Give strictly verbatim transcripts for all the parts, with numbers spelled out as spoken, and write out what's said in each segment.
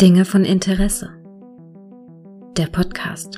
Dinge von Interesse. Der Podcast.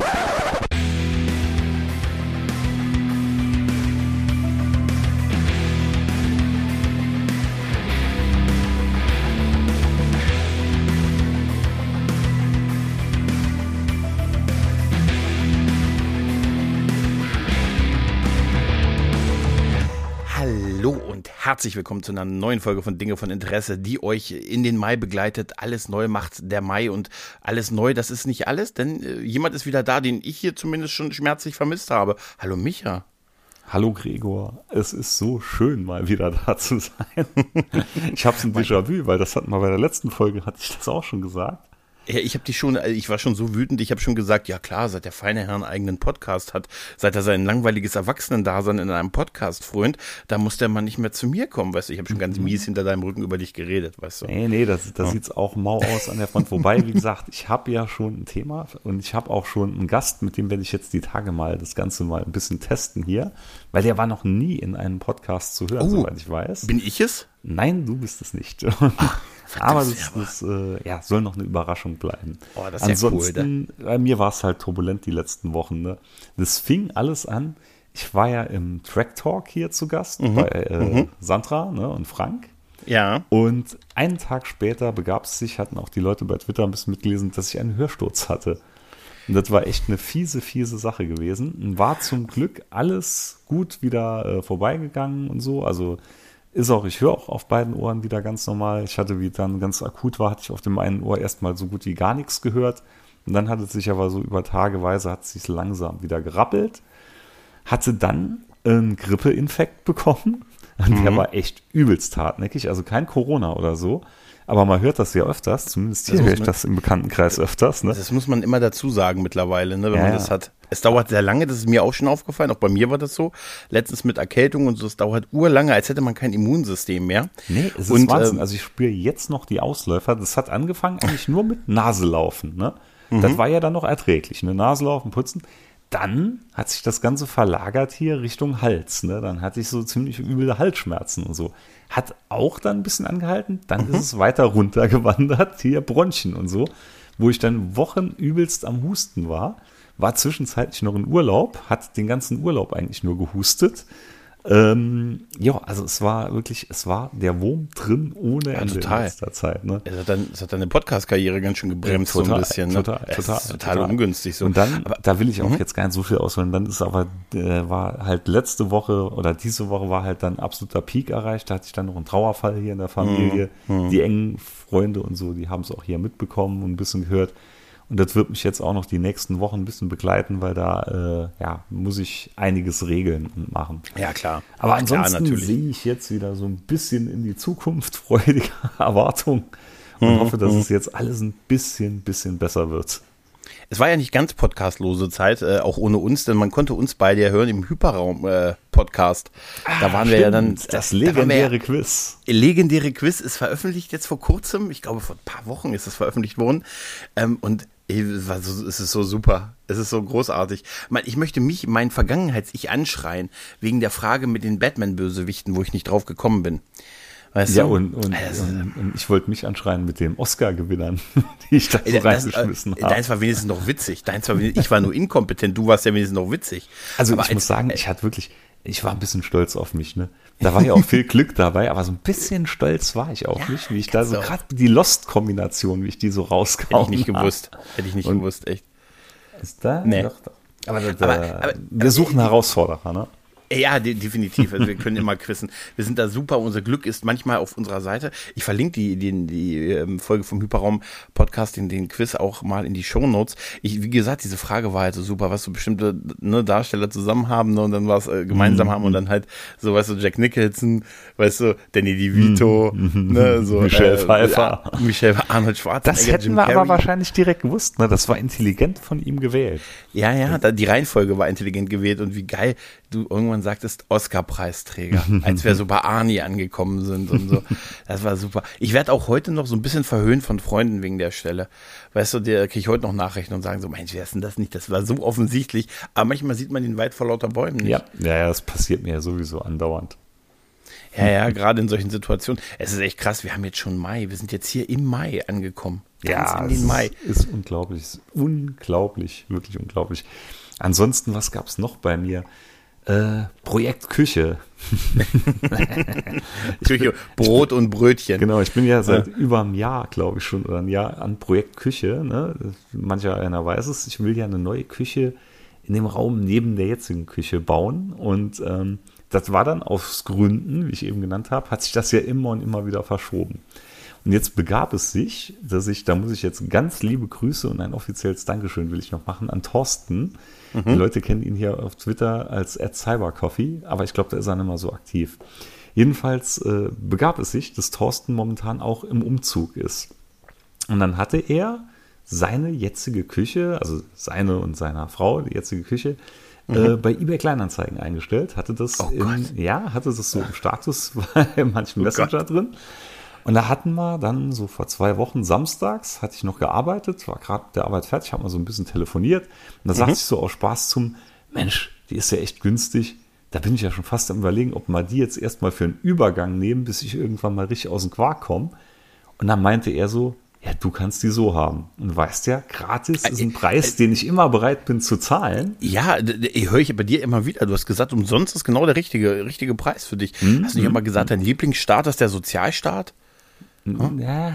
Hallo und herzlich willkommen zu einer neuen Folge von Dinge von Interesse, die euch in den Mai begleitet. Alles neu macht der Mai und alles neu, das ist nicht alles, denn äh, jemand ist wieder da, den ich hier zumindest schon schmerzlich vermisst habe. Hallo Micha. Hallo Gregor, es ist so schön, mal wieder da zu sein. Ich habe ein Déjà-vu, weil das hatten wir bei der letzten Folge, hatte ich das auch schon gesagt. Ja, ich habe die schon, ich war schon so wütend, ich habe schon gesagt, ja klar, seit der feine Herr einen eigenen Podcast hat, seit er sein langweiliges Erwachsenendasein in einem Podcast frönt, da muss der Mann nicht mehr zu mir kommen, weißt du, ich habe schon ganz mies hinter deinem Rücken über dich geredet, weißt du. Nee, nee, das, das ja. sieht's auch mau aus an der Front, wobei, wie gesagt, ich habe ja schon ein Thema und ich habe auch schon einen Gast, mit dem werde ich jetzt die Tage mal das Ganze mal ein bisschen testen hier, weil der war noch nie in einem Podcast zu hören, oh, soweit ich weiß. Bin ich es? Nein, du bist es nicht. Ach, aber das, das äh, ja, soll noch eine Überraschung bleiben. Oh, das ist Ansonsten, ja cool, bei mir war es halt turbulent die letzten Wochen. Ne? Das fing alles an. Ich war ja im Track Talk hier zu Gast mhm. bei äh, mhm. Sandra, ne, und Frank. Ja. Und einen Tag später begab es sich, hatten auch die Leute bei Twitter ein bisschen mitgelesen, dass ich einen Hörsturz hatte. Und das war echt eine fiese, fiese Sache gewesen. War zum Glück alles gut wieder äh, vorbeigegangen und so. Also ist auch, ich höre auch auf beiden Ohren wieder ganz normal. Ich hatte, wie dann ganz akut war, hatte ich auf dem einen Ohr erstmal so gut wie gar nichts gehört. Und dann hat es sich aber so über Tageweise, hat es sich langsam wieder gerappelt. Hatte dann einen Grippeinfekt bekommen. Und mhm. der war echt übelst hartnäckig. Also kein Corona oder so. Aber man hört das ja öfters, zumindest hier höre ich das im Bekanntenkreis öfters. Ne? Das muss man immer dazu sagen mittlerweile, ne, wenn ja, man das hat. Es dauert sehr lange, das ist mir auch schon aufgefallen, auch bei mir war das so. Letztens mit Erkältung und so, es dauert urlange, als hätte man kein Immunsystem mehr. Nee, es ist und, Wahnsinn. Ähm, also ich spüre jetzt noch die Ausläufer. Das hat angefangen eigentlich nur mit Naselaufen. Ne? Mhm. Das war ja dann noch erträglich. Ne? Naselaufen, putzen. Dann hat sich das Ganze verlagert hier Richtung Hals. Ne? Dann hatte ich so ziemlich üble Halsschmerzen und so. Hat auch dann ein bisschen angehalten. Dann mhm. ist es weiter runtergewandert, hier Bronchien und so. Wo ich dann Wochen übelst am Husten war. War zwischenzeitlich noch in Urlaub. Hat den ganzen Urlaub eigentlich nur gehustet. Ähm, ja, also es war wirklich, es war der Wurm drin ohne ja, Ende total. in letzter Zeit. Ne? Es hat, dann, es hat deine Podcast-Karriere ganz schön gebremst, ja, total, so ein bisschen. Ne? Total, es total, ist total, total ungünstig. So. Und dann, aber, da will ich auch mhm. jetzt gar nicht so viel ausholen, dann ist aber, äh, war halt letzte Woche oder diese Woche war halt dann absoluter Peak erreicht, da hatte ich dann noch einen Trauerfall hier in der Familie, mhm. die engen Freunde und so, die haben es auch hier mitbekommen und ein bisschen gehört. Und das wird mich jetzt auch noch die nächsten Wochen ein bisschen begleiten, weil da äh, ja, muss ich einiges regeln und machen. Ja, klar. Aber ansonsten klar, sehe ich jetzt wieder so ein bisschen in die Zukunft, freudige Erwartung und mhm. hoffe, dass mhm. es jetzt alles ein bisschen, bisschen besser wird. Es war ja nicht ganz podcastlose Zeit, äh, auch ohne uns, denn man konnte uns beide ja hören im Hyperraum-Podcast. Äh, da waren ah, wir stimmt, ja dann. Das legendäre ja, Quiz. Legendäre Quiz ist veröffentlicht jetzt vor kurzem. Ich glaube, vor ein paar Wochen ist es veröffentlicht worden. Ähm, und es, war so, es ist so super. Es ist so großartig. Ich möchte mich, mein Vergangenheits-Ich anschreien, wegen der Frage mit den Batman-Bösewichten, wo ich nicht drauf gekommen bin. Weißt ja, du? und, und, also, und, und ich wollte mich anschreien mit dem Oscar-Gewinnern, die ich da so das, reingeschmissen äh, habe. Deins war wenigstens noch witzig. Deins war, ich war nur inkompetent, du warst ja wenigstens noch witzig. Also aber ich als, muss sagen, ich hatte wirklich, ich war ein bisschen stolz auf mich. Ne? Da war ja auch viel Glück dabei, aber so ein bisschen stolz war ich auf ja, mich, wie ich da so, gerade die Lost-Kombination, wie ich die so rauskam. Hätte ich nicht gewusst. Hätte ich nicht und gewusst, echt. Ist da? Nee. Doch, doch. Aber, das, aber, äh, aber wir suchen aber, Herausforderer, ne? Ja, de- definitiv. Also wir können immer quizzen. Wir sind da super. Unser Glück ist manchmal auf unserer Seite. Ich verlinke die, die, die ähm, Folge vom Hyperraum-Podcast, den, den Quiz auch mal in die Shownotes. Ich, wie gesagt, diese Frage war halt so super, was so bestimmte ne, Darsteller zusammen haben ne, und dann was äh, gemeinsam mhm. haben und dann halt so, weißt du, Jack Nicholson, weißt du, Danny DeVito, mhm. ne, so Michelle äh, Pfeiffer. Ja, Michelle Arnold Schwarzenegger, Das hätten Jim wir Carrey. aber wahrscheinlich direkt gewusst, ne? Das war intelligent von ihm gewählt. Ja, ja, da, die Reihenfolge war intelligent gewählt und wie geil du irgendwann sagtest, Oscar-Preisträger, als wir so bei Arnie angekommen sind und so. Das war super. Ich werde auch heute noch so ein bisschen verhöhnt von Freunden wegen der Stelle. Weißt du, der kriege ich heute noch Nachrichten und sagen so, Mensch, wer ist denn das nicht? Das war so offensichtlich. Aber manchmal sieht man den Wald vor lauter Bäumen nicht. Ja, ja, ja, das passiert mir ja sowieso andauernd. Ja, ja, gerade in solchen Situationen. Es ist echt krass, wir haben jetzt schon Mai. Wir sind jetzt hier im Mai angekommen. Ganz Ja, in den Mai. es ist unglaublich, es ist unglaublich, wirklich unglaublich. Ansonsten, was gab es noch bei mir? Äh, Projekt Küche. Küche, Brot und Brötchen. Genau, ich bin ja seit Ja. über einem Jahr, glaube ich schon, oder ein Jahr an Projekt Küche. Ne? Mancher einer weiß es. Ich will ja eine neue Küche in dem Raum neben der jetzigen Küche bauen. Und ähm, das war dann aus Gründen, wie ich eben genannt habe, hat sich das ja immer und immer wieder verschoben. Und jetzt begab es sich, dass ich, da muss ich jetzt ganz liebe Grüße und ein offizielles Dankeschön will ich noch machen an Thorsten. Mhm. Die Leute kennen ihn hier auf Twitter als at cybercoffee, aber ich glaube, da ist er nicht mehr so aktiv. Jedenfalls äh, begab es sich, dass Thorsten momentan auch im Umzug ist. Und dann hatte er seine jetzige Küche, also seine und seiner Frau, die jetzige Küche, mhm. äh, bei eBay Kleinanzeigen eingestellt. Hatte das, oh in, ja, hatte das so im Status bei manchen oh Messenger Gott. drin. Und da hatten wir dann so vor zwei Wochen samstags, hatte ich noch gearbeitet, war gerade mit der Arbeit fertig, habe mal so ein bisschen telefoniert. Und da mhm. sagte ich so aus Spaß zum, Mensch, die ist ja echt günstig. Da bin ich ja schon fast am Überlegen, ob wir die jetzt erstmal für einen Übergang nehmen, bis ich irgendwann mal richtig aus dem Quark komme. Und dann meinte er so, ja, du kannst die so haben. Und du weißt ja, gratis ist ein Preis, den ich immer bereit bin zu zahlen. Ja, höre ich bei dir immer wieder. Du hast gesagt, umsonst ist genau der richtige, richtige Preis für dich. Mhm. Hast du nicht immer gesagt, dein Lieblingsstaat ist der Sozialstaat? Hm?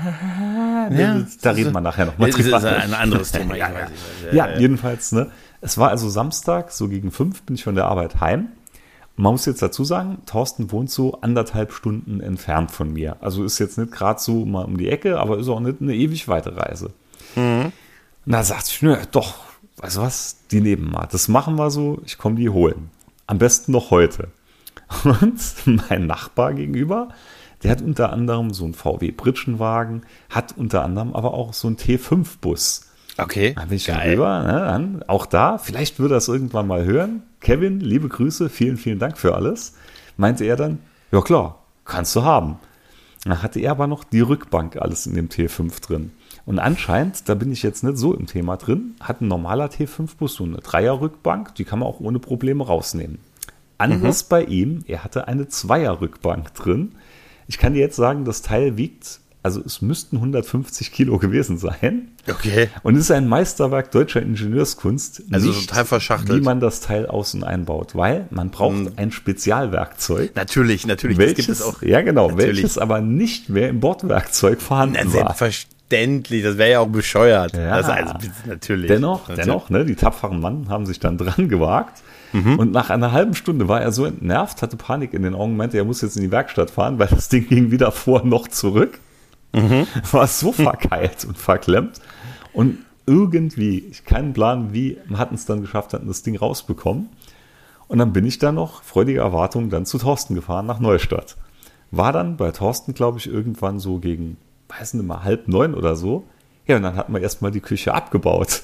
Ja, ja, da reden wir nachher noch mal drüber. Das ist ein anderes Thema. ja, ja. ja, jedenfalls, ne? Es war also Samstag, so gegen fünf bin ich von der Arbeit heim. Man muss jetzt dazu sagen, Thorsten wohnt so anderthalb Stunden entfernt von mir. Also ist jetzt nicht gerade so mal um die Ecke, aber ist auch nicht eine ewig weite Reise. Mhm. Und da sagte ich, nö, doch, weißt du was, die nehmen mal. Das machen wir so, ich komme die holen. Am besten noch heute. Und mein Nachbar gegenüber, der hat unter anderem so einen V W-Pritschenwagen, hat unter anderem aber auch so einen T fünf Bus. Okay, da bin ich schon rüber, ne, dann auch da, vielleicht würde er es irgendwann mal hören. Kevin, liebe Grüße, vielen, vielen Dank für alles. Meinte er dann, ja klar, kannst du haben. Dann hatte er aber noch die Rückbank alles in dem T fünf drin. Und anscheinend, da bin ich jetzt nicht so im Thema drin, hat ein normaler T fünf Bus so eine Dreier-Rückbank, die kann man auch ohne Probleme rausnehmen. Anders mhm. bei ihm, er hatte eine Zweier-Rückbank drin. Ich kann dir jetzt sagen, das Teil wiegt, also es müssten hundertfünfzig Kilo gewesen sein. Okay. Und es ist ein Meisterwerk deutscher Ingenieurskunst. Also nicht, total verschachtelt. Wie man das Teil außen einbaut, weil man braucht hm. ein Spezialwerkzeug. Natürlich, natürlich. Welches, das gibt es auch. Ja, genau. Natürlich. Welches aber nicht mehr im Bordwerkzeug vorhanden Na, war. Selbstverständlich. Das wäre ja auch bescheuert. Ja. Das also, natürlich. Dennoch, natürlich. dennoch, ne, die tapferen Mann haben sich dann dran gewagt. Mhm. Und nach einer halben Stunde war er so entnervt, hatte Panik in den Augen, meinte, er muss jetzt in die Werkstatt fahren, weil das Ding ging wieder vor noch zurück. Mhm. War so verkeilt und verklemmt. Und irgendwie, ich keinen Plan, wie, wir hatten es dann geschafft, hatten das Ding rausbekommen. Und dann bin ich dann noch, freudige Erwartung, dann zu Thorsten gefahren, nach Neustadt. War dann bei Thorsten, glaube ich, irgendwann so gegen, weiß nicht mal, halb neun oder so. Ja, und dann hatten wir erstmal die Küche abgebaut.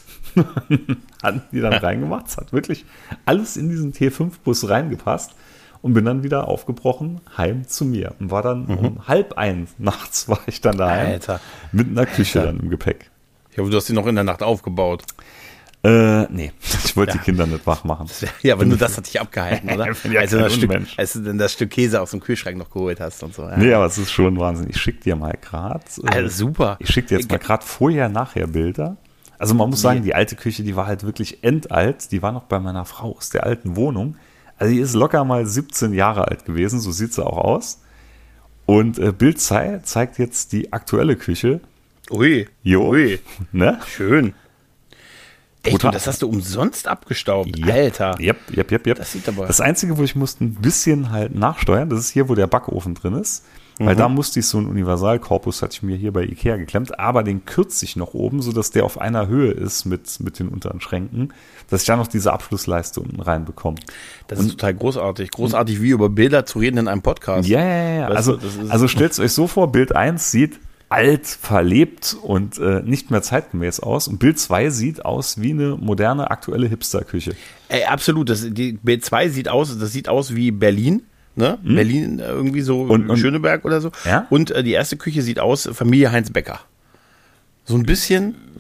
Hatten die dann reingemacht. Es hat wirklich alles in diesen T fünf Bus reingepasst. Und bin dann wieder aufgebrochen, heim zu mir. Und war dann mhm. um halb eins nachts war ich dann daheim. Alter. Mit einer Küche Alter. dann im Gepäck. Ich hoffe, du hast die noch in der Nacht aufgebaut. Äh, nee, ich wollte Ja. die Kinder nicht wach machen. Ja, aber nur das hat dich abgehalten, oder? Ich bin ja als, du kein das Stück, Unmensch. als du dann das Stück Käse aus dem Kühlschrank noch geholt hast und so. Ja. Nee, aber es ist schon Wahnsinn. Ich schicke dir mal gerade. Also super. Ich schicke dir jetzt mal gerade vorher, nachher Bilder. Also man muss sagen, die alte Küche, die war halt wirklich endalt. Die war noch bei meiner Frau aus der alten Wohnung. Also die ist locker mal siebzehn Jahre alt gewesen, so sieht sie auch aus. Und äh, Bild zei- zeigt jetzt die aktuelle Küche. Ui, Jo. ui, Ne? schön. Echt, Brutal. und das hast du umsonst abgestaubt, Yep. Alter. Yep, yep, yep, yep. Das sieht aber... Das Einzige, wo ich musste ein bisschen halt nachsteuern, das ist hier, wo der Backofen drin ist. Weil Mhm. da musste ich so einen Universalkorpus, hatte ich mir hier bei Ikea geklemmt, aber den kürze ich noch oben, sodass der auf einer Höhe ist mit, mit den unteren Schränken, dass ich da noch diese Abschlussleiste unten reinbekomme. Das ist total großartig. Großartig, wie über Bilder zu reden in einem Podcast. Ja, ja, ja. Weißt Also, du, das ist- also stellt es euch so vor, Bild eins sieht alt, verlebt und äh, nicht mehr zeitgemäß aus. Und Bild zwei sieht aus wie eine moderne, aktuelle Hipsterküche. Ey, absolut. Das, die B zwei sieht aus, das sieht aus wie Berlin. Ne? Mhm. Berlin äh, irgendwie so, Und- und- Schöneberg oder so. Ja? Und äh, die erste Küche sieht aus, Familie Heinz Becker. So ein bisschen,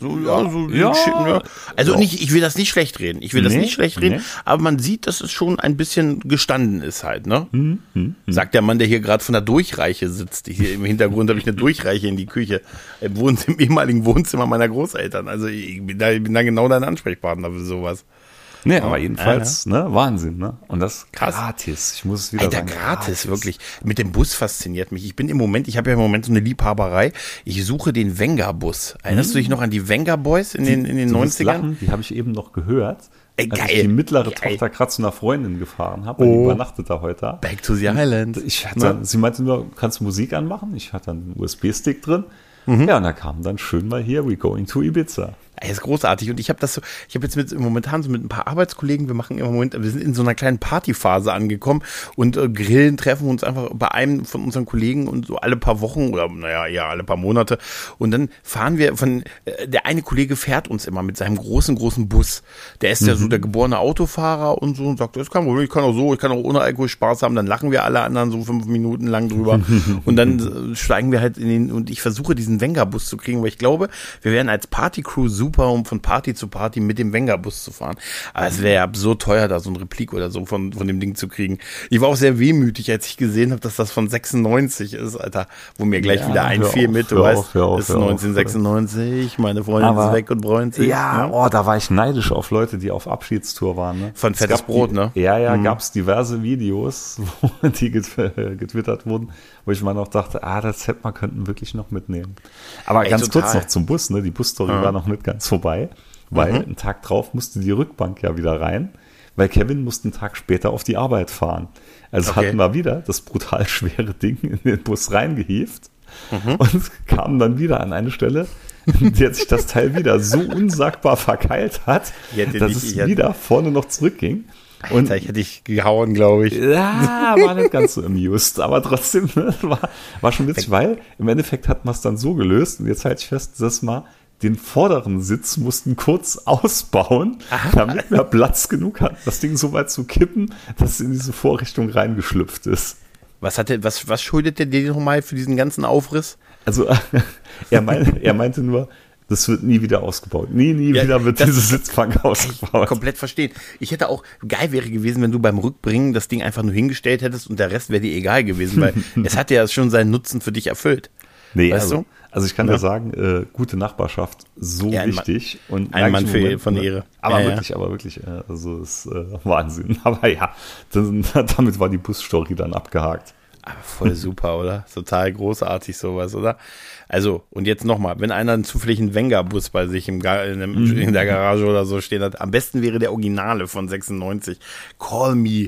So, ja, so ja. Schick, ja. Also ja. nicht, ich will das nicht schlecht reden. Ich will das nee, nicht schlecht reden, nee. aber man sieht, dass es schon ein bisschen gestanden ist halt, ne? Hm, hm, hm. Sagt der Mann, der hier gerade von der Durchreiche sitzt. Hier im Hintergrund habe ich eine Durchreiche in die Küche. Im, Wohnzimmer, im ehemaligen Wohnzimmer meiner Großeltern. Also ich bin da, ich bin da genau dein Ansprechpartner für sowas. Nee, aber jedenfalls, ja, ja. ne, Wahnsinn, ne? Und das krass. Gratis, ich muss es wieder Alter, sagen. gratis, gratis, wirklich. Mit dem Bus fasziniert mich. Ich bin im Moment, ich habe ja im Moment so eine Liebhaberei. Ich suche den Wenger-Bus. Erinnerst hm. du dich noch an die Wenger Boys in die, den, in den neunzigern? Lachen, die habe ich eben noch gehört. Ey, als geil. ich die mittlere geil. Tochter gerade zu einer Freundin gefahren habe, oh. die übernachtet da heute. Back to the Island. Ich hatte dann, sie meinte nur, kannst du Musik anmachen? Ich hatte dann einen U S B-Stick drin. Mhm. Ja, und da kam dann schön mal hier, we going to Ibiza. Er ist großartig und ich habe das so, ich habe jetzt mit momentan so mit ein paar Arbeitskollegen, wir machen im Moment, wir sind in so einer kleinen Partyphase angekommen und äh, grillen, treffen uns einfach bei einem von unseren Kollegen und so alle paar Wochen oder naja, eher alle paar Monate und dann fahren wir von, äh, der eine Kollege fährt uns immer mit seinem großen, großen Bus. Der ist mhm. ja so der geborene Autofahrer und so und sagt, das kann wohl, ich kann auch so, ich kann auch ohne Alkohol Spaß haben, dann lachen wir alle anderen so fünf Minuten lang drüber und dann äh, steigen wir halt in den, und ich versuche diesen Wenger-Bus zu kriegen, weil ich glaube, wir werden als Partycrew super, um von Party zu Party mit dem Wenger-Bus zu fahren. Aber es wäre ja absurd teuer, da so ein Replik oder so von, von dem Ding zu kriegen. Ich war auch sehr wehmütig, als ich gesehen habe, dass das von sechsundneunzig ist, Alter. Wo mir gleich ja, wieder einfiel mit, du weißt, auf, auf, das ist neunzehnhundertsechsundneunzig, meine Freundin aber, ist weg und bräunt sich. Ja, ja, oh, da war ich neidisch auf Leute, die auf Abschiedstour waren. Ne? Von Fettes Brot, die, ne? Ja, ja, mhm. gab es diverse Videos, wo die getwittert wurden, wo ich mal noch dachte, ah, das hätte man könnten wirklich noch mitnehmen. Aber Ey, ganz total. kurz noch zum Bus, ne? Die Busstory ja. war noch nicht ganz vorbei, weil mhm. einen Tag drauf musste die Rückbank ja wieder rein, weil Kevin musste einen Tag später auf die Arbeit fahren. Also okay. hatten wir wieder das brutal schwere Ding in den Bus reingehievt mhm. und kamen dann wieder an eine Stelle, die hat sich das Teil wieder so unsagbar verkeilt hat, dass nicht, es wieder hätte... vorne noch zurückging. Alter, und ich hätte dich gehauen, glaube ich. Ja, war nicht ganz so amused, aber trotzdem ne, war, war schon witzig, weil im Endeffekt hat man es dann so gelöst und jetzt halte ich fest, dass man den vorderen Sitz mussten kurz ausbauen, Aha. damit wir Platz genug hatten, das Ding so weit zu kippen, dass es in diese Vorrichtung reingeschlüpft ist. Was hat der, was, was schuldet der dir nochmal für diesen ganzen Aufriss? Also, er, mein, er meinte nur, das wird nie wieder ausgebaut. Nie, nie ja, wieder wird diese Sitzbank ausgebaut. Komplett verstehen. Ich hätte auch, geil wäre gewesen, wenn du beim Rückbringen das Ding einfach nur hingestellt hättest und der Rest wäre dir egal gewesen, weil es hat ja schon seinen Nutzen für dich erfüllt. Nee, weißt also, du? also ich kann ja, ja sagen, äh, gute Nachbarschaft, so ja, wichtig. Mann, und ein Mann für, Moment, von Ehre. Aber ja, wirklich, ja. aber wirklich, äh, also ist äh, Wahnsinn. Aber ja, das, damit war die Busstory dann abgehakt. Aber voll super, oder? Total großartig sowas, oder? Also, und jetzt nochmal, wenn einer einen zufälligen Wenger-Bus bei sich im Gar- in, dem, mhm. in der Garage oder so stehen hat, am besten wäre der Originale von sechsundneunzig. Call me.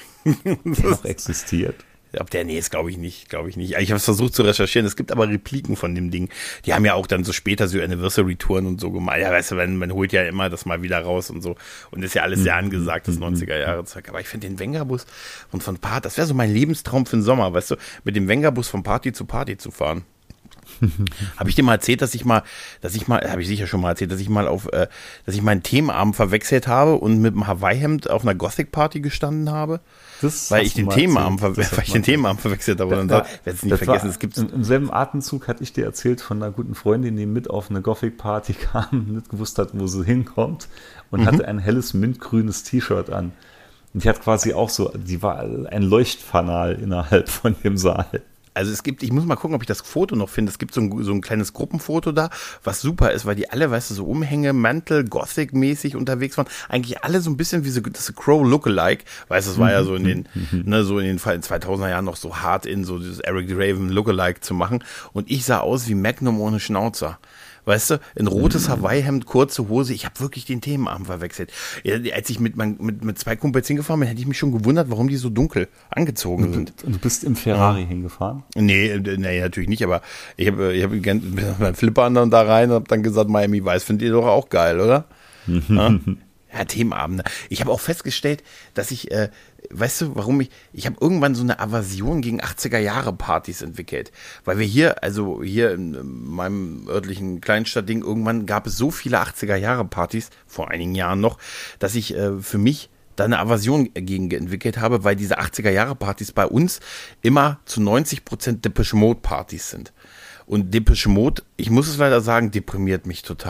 Der noch existiert. Ob der, nee, ist glaube ich nicht, glaube ich nicht. Ich habe es versucht zu recherchieren, es gibt aber Repliken von dem Ding. Die haben ja auch dann so später so Anniversary-Touren und so gemacht. Ja, weißt du, man, man holt ja immer das mal wieder raus und so. Und ist ja alles sehr angesagt, das neunziger-Jahre-Zeug. Aber ich finde den Wenger-Bus und von Party, das wäre so mein Lebenstraum für den Sommer, weißt du, mit dem Wenger-Bus von Party zu Party zu fahren. Habe ich dir mal erzählt, dass ich mal, dass ich mal, habe ich sicher schon mal erzählt, dass ich mal auf, äh, dass ich meinen Themenabend verwechselt habe und mit einem Hawaii-Hemd auf einer Gothic-Party gestanden habe, das weil ich den Themenabend, ver- weil ich den Themenabend verwechselt habe. Da, und dann da, werde es nie vergessen. Es gibt's im, Im selben Atemzug hatte ich dir erzählt von einer guten Freundin, die mit auf eine Gothic-Party kam, nicht gewusst hat, wo sie hinkommt und mhm. hatte ein helles mintgrünes T-Shirt an. Und die hat quasi auch so, die war ein Leuchtfanal innerhalb von dem Saal. Also es gibt, ich muss mal gucken, ob ich das Foto noch finde. Es gibt so ein, so ein kleines Gruppenfoto da, was super ist, weil die alle, weißt du, so Umhänge, Mantel, Gothic-mäßig unterwegs waren. Eigentlich alle so ein bisschen wie so das Crow Lookalike. Weißt du, es war ja so in den, ne, so in den zweitausender Jahren noch so hart in, so dieses Eric Draven Lookalike zu machen. Und ich sah aus wie Magnum ohne Schnauzer. Weißt du, ein rotes Hawaii-Hemd, kurze Hose. Ich habe wirklich den Themenabend verwechselt. Ja, als ich mit, mein, mit, mit zwei Kumpels hingefahren bin, hätte ich mich schon gewundert, warum die so dunkel angezogen und, sind. Und du bist im Ferrari ja. hingefahren? Nee, nee, natürlich nicht, aber ich habe ich hab meinen Flipper dann da rein und habe dann gesagt, Miami Vice findet ihr doch auch geil, oder? ja? Ja, Themenabende. Ich habe auch festgestellt, dass ich, äh, weißt du, warum ich, ich habe irgendwann so eine Aversion gegen achtziger-Jahre-Partys entwickelt. Weil wir hier, also hier in meinem örtlichen Kleinstadtding, irgendwann gab es so viele achtziger-Jahre-Partys, vor einigen Jahren noch, dass ich äh, für mich da eine Aversion gegen entwickelt habe, weil diese achtziger-Jahre-Partys bei uns immer zu neunzig Prozent Depeche Mode-Partys sind. Und Depeche Mode, ich muss es leider sagen, deprimiert mich total.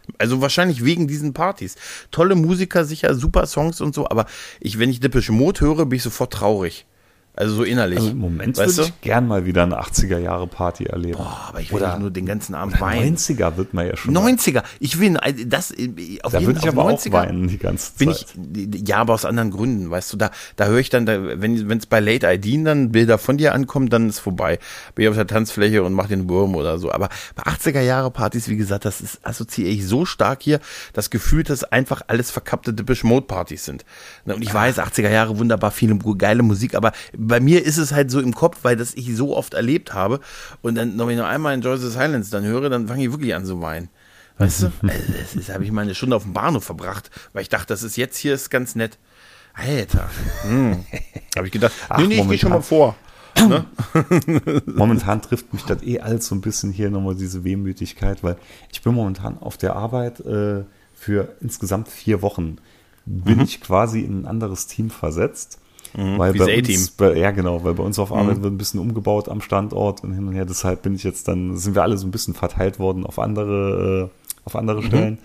Also wahrscheinlich wegen diesen Partys. Tolle Musiker, sicher, super Songs und so, aber ich, wenn ich Depeche Mode höre, bin ich sofort traurig. Also so innerlich. Also im Moment weißt würde du? ich gern mal wieder eine achtziger-Jahre-Party erleben. Boah, aber ich will Oder- nicht nur den ganzen Abend Oder weinen. neunziger wird man ja schon. neunziger, ich will das auf Da jeden würde ich auf aber neunziger auch weinen die ganze bin Zeit. ich, ja, aber aus anderen Gründen, weißt du, da, da höre ich dann, da, wenn es bei Late I D dann Bilder von dir ankommen, dann ist vorbei. Bin ich auf der Tanzfläche und mach den Wurm oder so. Aber bei achtziger-Jahre-Partys, wie gesagt, das ist, assoziiere ich so stark hier, das Gefühl, dass einfach alles verkappte Depeche-Mode-Partys sind. Und ich weiß, achtziger-Jahre, wunderbar, viele geile Musik, aber bei mir ist es halt so im Kopf, weil das ich so oft erlebt habe. Und dann, wenn ich noch einmal Enjoy the Silence dann höre, dann fange ich wirklich an zu weinen. Weißt du? Also das ist, habe ich mal eine Stunde auf dem Bahnhof verbracht, weil ich dachte, das ist jetzt hier ist ganz nett. Alter. Hm. Habe ich gedacht, Ach, nee, nee, ich gehe schon mal vor. Ne? Momentan trifft mich das eh alles so ein bisschen hier nochmal diese Wehmütigkeit, weil ich bin momentan auf der Arbeit äh, für insgesamt vier Wochen bin Mhm. ich quasi in ein anderes Team versetzt. Mhm, Weil wie bei das uns, A-Team. bei, ja genau, weil bei uns auf Arbeit Mhm. wird ein bisschen umgebaut am Standort und hin und her. Deshalb bin ich jetzt dann, sind wir alle so ein bisschen verteilt worden auf andere, äh, auf andere Mhm. Stellen.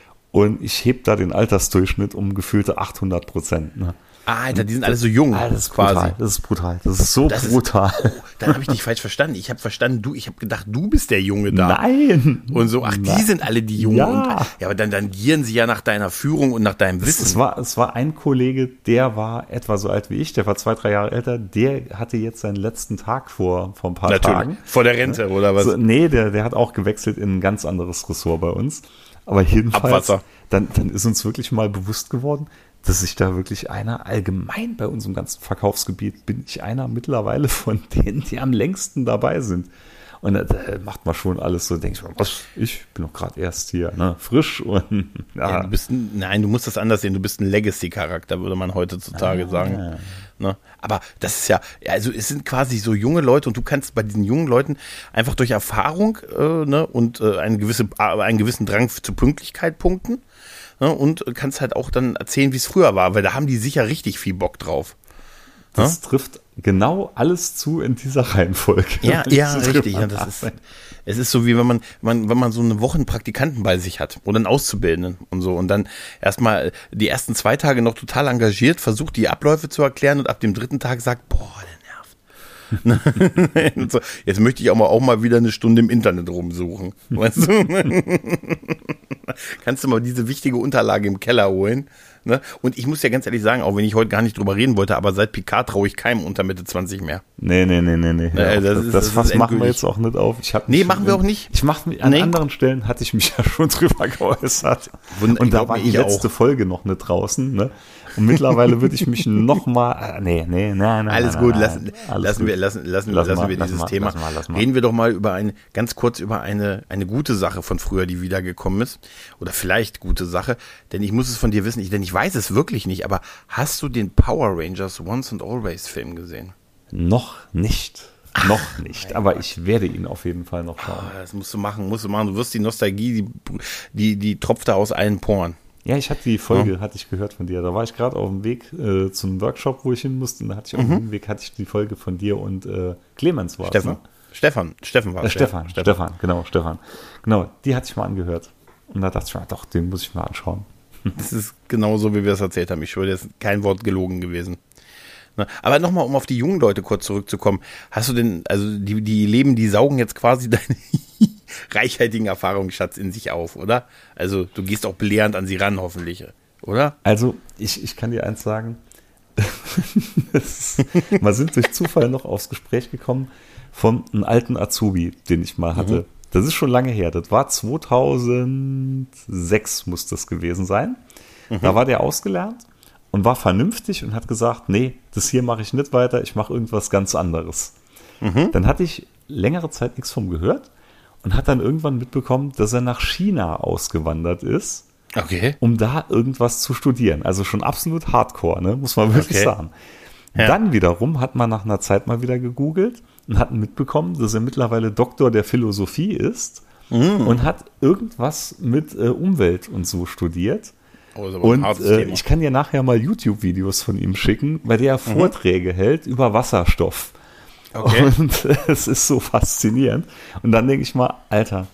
Und ich heb da den Altersdurchschnitt um gefühlte achthundert Prozent. Ne? Ah, Alter, die sind alle so jung. Ah, das ist quasi. brutal. Das ist brutal. Das ist so Das ist- brutal. Oh, dann habe ich dich falsch verstanden. Ich habe verstanden, du, ich habe gedacht, du bist der Junge da. Nein. Und so, ach, die Nein. sind alle die Jungen. Ja. Und, ja, aber dann, dann gieren sie ja nach deiner Führung und nach deinem Es, Wissen. es, war, es war ein Kollege, der war etwa so alt wie ich, der war zwei, drei Jahre älter, der hatte jetzt seinen letzten Tag vor, vor ein paar Natürlich. Tagen. Vor der Rente, oder was? So, nee, der, der hat auch gewechselt in ein ganz anderes Ressort bei uns. Aber jedenfalls, Abwasser. dann, dann ist uns wirklich mal bewusst geworden, dass ich da wirklich einer, allgemein bei unserem ganzen Verkaufsgebiet, bin ich einer mittlerweile von denen, die am längsten dabei sind. Und da, da macht man schon alles so, denke ich mir, was, ich bin doch gerade erst hier, ne, frisch und ja. Ja, du bist ein, nein, du musst das anders sehen. Du bist ein Legacy-Charakter, würde man heutzutage Ah. sagen. Ne? Aber das ist ja, ja, also es sind quasi so junge Leute und du kannst bei diesen jungen Leuten einfach durch Erfahrung äh, ne, und äh, eine gewisse, äh, einen gewissen Drang zur Pünktlichkeit punkten. Ne, und kannst halt auch dann erzählen, wie es früher war, weil da haben die sicher richtig viel Bock drauf. Das trifft genau alles zu in dieser Reihenfolge. Ja, Wenn ich ja, so richtig. drüber Ja, das ist, nachdenke. es ist so wie wenn man, man, wenn man so eine Woche einen Praktikanten bei sich hat oder einen Auszubildenden und so und dann erstmal die ersten zwei Tage noch total engagiert, versucht die Abläufe zu erklären und ab dem dritten Tag sagt, boah, der nervt. Und so, jetzt möchte ich auch mal, auch mal wieder eine Stunde im Internet rumsuchen. Weißt du? Kannst du mal diese wichtige Unterlage im Keller holen? Ne? Und ich muss ja ganz ehrlich sagen, auch wenn ich heute gar nicht drüber reden wollte, aber seit Picard traue ich keinem unter Mitte zwanzig mehr. Nee, nee, nee, nee, nee. Nee, Ja, das das ist- das das ist Fass machen wir endgültig. jetzt auch nicht auf. Ich hab Nee, mich- machen wir auch nicht. Ich mach mich, an Nee. anderen Stellen hatte ich mich ja schon drüber geäußert. Wund- Und da glaub war mir, die ich letzte auch. Folge noch nicht draußen. Ne? Und mittlerweile würde ich mich noch mal, nee, nee, nein, nein. Alles nein, gut, nein, lassen, alles lassen gut. wir, lassen, lassen, Lass lassen mal, wir lass dieses mal, Thema. lass mal, lass mal. Reden wir doch mal über ein, ganz kurz über eine, eine gute Sache von früher, die wiedergekommen ist. Oder vielleicht gute Sache. Denn ich muss es von dir wissen, ich, denn ich weiß es wirklich nicht. Aber hast du den Power Rangers Once and Always Film gesehen? Noch nicht. Noch nicht. Aber ich werde ihn auf jeden Fall noch schauen. Ah, das musst du machen, musst du machen. Du wirst die Nostalgie, die, die, die tropft da aus allen Poren. Ja, ich hatte die Folge, hatte ich gehört von dir. Da war ich gerade auf dem Weg äh, zum Workshop, wo ich hin musste. Und da hatte ich auf Mhm. dem Weg hatte ich die Folge von dir und äh, Clemens war Stefan. Ne? Stefan. Stefan war Äh, es. Stefan, ja. Stefan, genau, Stefan. Genau, die hatte ich mal angehört. Und da dachte ich mir, ah, doch, den muss ich mal anschauen. Das ist genauso, wie wir es erzählt haben. Ich schwöre, das ist kein Wort gelogen gewesen. Ne? Aber nochmal, um auf die jungen Leute kurz zurückzukommen. Hast du denn, also die, die leben, die saugen jetzt quasi deinen reichhaltigen Erfahrungsschatz in sich auf, oder? Also du gehst auch belehrend an sie ran, hoffentlich, oder? Also, ich, ich kann dir eins sagen. Das ist, wir sind durch Zufall noch aufs Gespräch gekommen von einem alten Azubi, den ich mal hatte. Mhm. Das ist schon lange her. Das war zweitausendsechs muss das gewesen sein. Mhm. Da war der ausgelernt und war vernünftig und hat gesagt, nee, das hier mache ich nicht weiter, ich mache irgendwas ganz anderes. Mhm. Dann hatte ich längere Zeit nichts vom gehört und hat dann irgendwann mitbekommen, dass er nach China ausgewandert ist, Okay. um da irgendwas zu studieren. Also schon absolut hardcore, ne? Muss man wirklich Okay. sagen. Ja. Dann wiederum hat man nach einer Zeit mal wieder gegoogelt und hat mitbekommen, dass er mittlerweile Doktor der Philosophie ist Mhm. und hat irgendwas mit äh, Umwelt und so studiert. Oh, ist aber ein Und hartes äh, Thema. ich kann dir nachher mal YouTube-Videos von ihm schicken, bei der er Vorträge hält über Wasserstoff. Okay. Und äh, es ist so faszinierend. Und dann denke ich mal, Alter,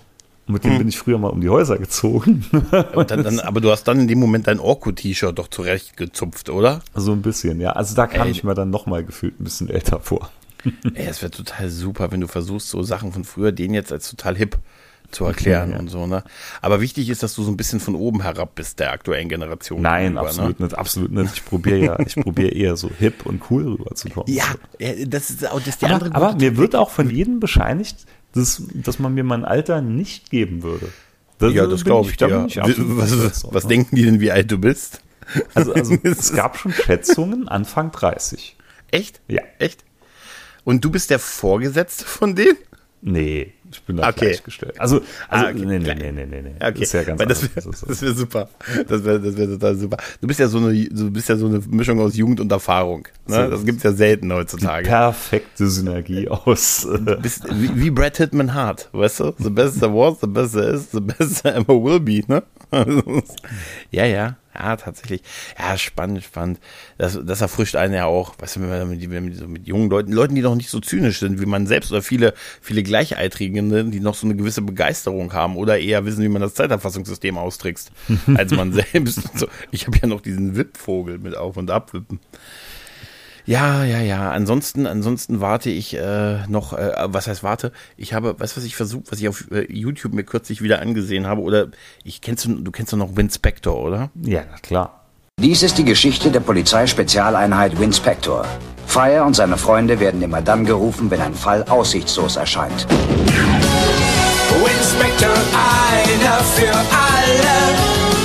Und mit dem hm. bin ich früher mal um die Häuser gezogen. Und dann, dann, aber du hast dann in dem Moment dein Orko-T-Shirt doch zurechtgezupft, oder? So ein bisschen, ja. Also da kam Ey. ich mir dann nochmal gefühlt ein bisschen älter vor. Ey, es wäre total super, wenn du versuchst, so Sachen von früher denen jetzt als total hip zu erklären ja. und so, ne? Aber wichtig ist, dass du so ein bisschen von oben herab bist, der aktuellen Generation. Nein, gegenüber, absolut ne? nicht, absolut nicht. Ich probiere ja, ich probiere eher so hip und cool rüberzukommen. Ja, das ist auch das ist die aber, andere aber gute mir wird auch von jedem bescheinigt, dass, dass man mir mein Alter nicht geben würde. Das, ja, das glaube ich dir. Ja. Was, was, was denken die denn, wie alt du bist? Also, also es gab schon Schätzungen Anfang dreißig. Echt? Ja. Echt? Und du bist der Vorgesetzte von denen? Nee, ich bin da okay. gleichgestellt. Also, also ah, okay. nee, nee, nee, nee, nee, nee. Okay. Das ist ja ganz Weil das anders. wäre das wär super. Das wäre das wär total super. Du bist ja so eine, du bist ja so eine Mischung aus Jugend und Erfahrung. Ne? So, das gibt's ja selten heutzutage. Die perfekte Synergie aus. Du bist wie, wie Brad Hitman Hart, weißt du? The best there was, the best there is, the best there ever will be, ne? ja, ja. Ja, tatsächlich. Ja, spannend, spannend. Das, das erfrischt einen ja auch, weißt du, wenn man mit, mit, so mit jungen Leuten, Leuten, die noch nicht so zynisch sind wie man selbst oder viele, viele Gleichaltrigen, die noch so eine gewisse Begeisterung haben oder eher wissen, wie man das Zeiterfassungssystem austrickst, als man selbst. So. Ich habe ja noch diesen Wippvogel mit Auf- und Abwippen. Ja, ja, ja. Ansonsten, ansonsten warte ich äh, noch, äh, was heißt warte? Ich habe, weißt du, was ich versucht, was ich auf äh, YouTube mir kürzlich wieder angesehen habe, oder ich kennst du, du kennst doch noch Winspector, oder? Ja, na klar. Dies ist die Geschichte der Polizeispezialeinheit Winspector. Fryer und seine Freunde werden immer dann gerufen, wenn ein Fall aussichtslos erscheint. Winspector, einer für alle.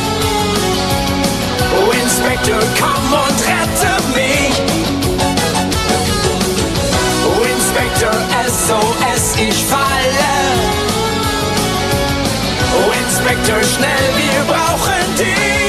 Winspector, komm und rette mich. S O S, ich falle. Winspector, schnell, wir brauchen dich.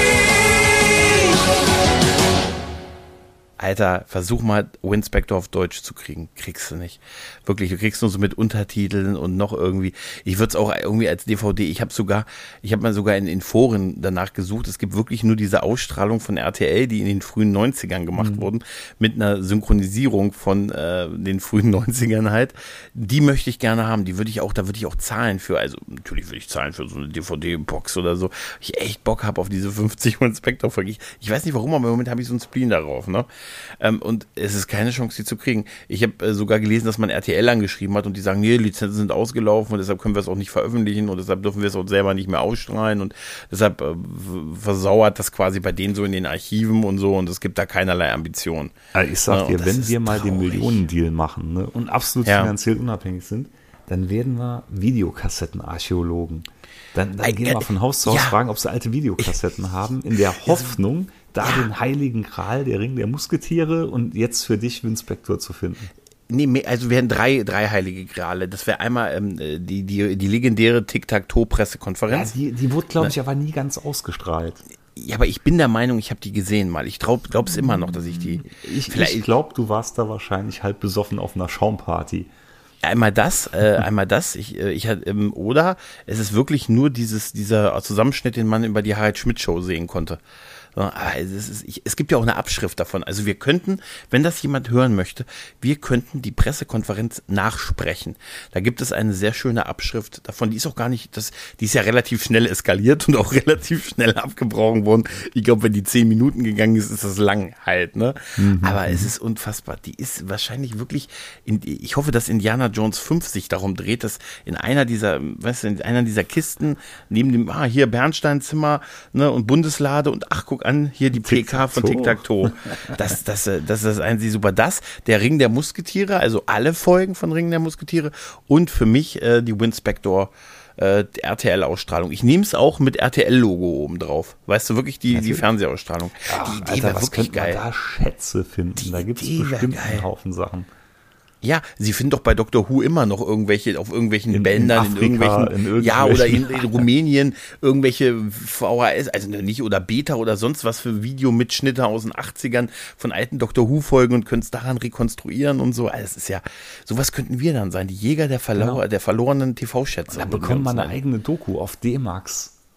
Alter, versuch mal Winspector auf Deutsch zu kriegen. Kriegst du nicht. Wirklich, du kriegst nur so mit Untertiteln und noch irgendwie. Ich würde es auch irgendwie als D V D, ich habe sogar, ich habe mal sogar in, in Foren danach gesucht. Es gibt wirklich nur diese Ausstrahlung von R T L, die in den frühen neunzigern gemacht mhm. wurden, mit einer Synchronisierung von äh, den frühen neunzigern halt. Die möchte ich gerne haben. Die würde ich auch, da würde ich auch zahlen für. Also natürlich würde ich zahlen für so eine D V D-Box oder so. Ich echt Bock habe auf diese fünfzig Winspector-Folge. Ich, ich weiß nicht warum, aber im Moment habe ich so einen Spleen darauf, ne? Ähm, und es ist keine Chance, die zu kriegen. Ich habe äh, sogar gelesen, dass man R T L angeschrieben hat und die sagen, nee, Lizenzen sind ausgelaufen und deshalb können wir es auch nicht veröffentlichen und deshalb dürfen wir es auch selber nicht mehr ausstrahlen und deshalb äh, versauert das quasi bei denen so in den Archiven und so und es gibt da keinerlei Ambitionen. Also ich sag ja, dir, wenn wir mal traurig. den Millionendeal machen, ne, und absolut ja. finanziell unabhängig sind, dann werden wir Videokassettenarchäologen. Dann, dann gehen wir von Haus zu Haus ja. fragen, ob sie alte Videokassetten haben, in der Hoffnung, da ja. den heiligen Gral, der Ring der Musketiere und jetzt für dich Winspector zu finden. Nee, also wir hätten drei, drei heilige Grale. Das wäre einmal ähm, die, die, die legendäre Tic-Tac-Toe-Pressekonferenz. Ja, die, die wurde, glaube ich, aber nie ganz ausgestrahlt. Ja, aber ich bin der Meinung, ich habe die gesehen mal. Ich glaube es immer noch, dass ich die... Ich, ich glaube, du warst da wahrscheinlich halb besoffen auf einer Schaumparty. Einmal das, äh, einmal das, ich, äh, ich hatte, ähm, oder es ist wirklich nur dieses, dieser Zusammenschnitt, den man über die Harald Schmidt Show sehen konnte. Aber es, ist, ich, es gibt ja auch eine Abschrift davon. Also wir könnten, wenn das jemand hören möchte, wir könnten die Pressekonferenz nachsprechen. Da gibt es eine sehr schöne Abschrift davon. Die ist auch gar nicht, das, die ist ja relativ schnell eskaliert und auch relativ schnell abgebrochen worden. Ich glaube, wenn die zehn Minuten gegangen ist, ist das lang halt, ne? Mhm. Aber es ist unfassbar. Die ist wahrscheinlich wirklich, in, ich hoffe, dass Indiana Jones fünf sich darum dreht, dass in einer dieser, weißt du, in einer dieser Kisten, neben dem, ah, hier Bernsteinzimmer, ne, und Bundeslade und ach, guck an, hier die P K von Tic-Tac-Toe. Das, das, das, das ist einzig super. Das, der Ring der Musketiere, also alle Folgen von Ring der Musketiere und für mich äh, die Winspector äh, R T L-Ausstrahlung. Ich nehme es auch mit R T L-Logo oben drauf. Weißt du, wirklich die, die Fernsehausstrahlung. Ach, die Idee war wirklich geil. Da Schätze finden. Die da gibt es Idee bestimmt geil. einen Haufen Sachen. Ja, sie finden doch bei Doctor Who immer noch irgendwelche, auf irgendwelchen in, Bändern, in, Afrika, in irgendwelchen, in irgendwelchen, ja, oder in, in Rumänien, irgendwelche V H S, also nicht, oder Beta oder sonst was für Videomitschnitte aus den achtzigern von alten Doctor Who-Folgen und können es daran rekonstruieren und so. Also es ist ja, sowas könnten wir dann sein, die Jäger der, Verlo- genau. der verlorenen T V-Schätze. Da bekommen wir eine eigene Doku auf D-Max.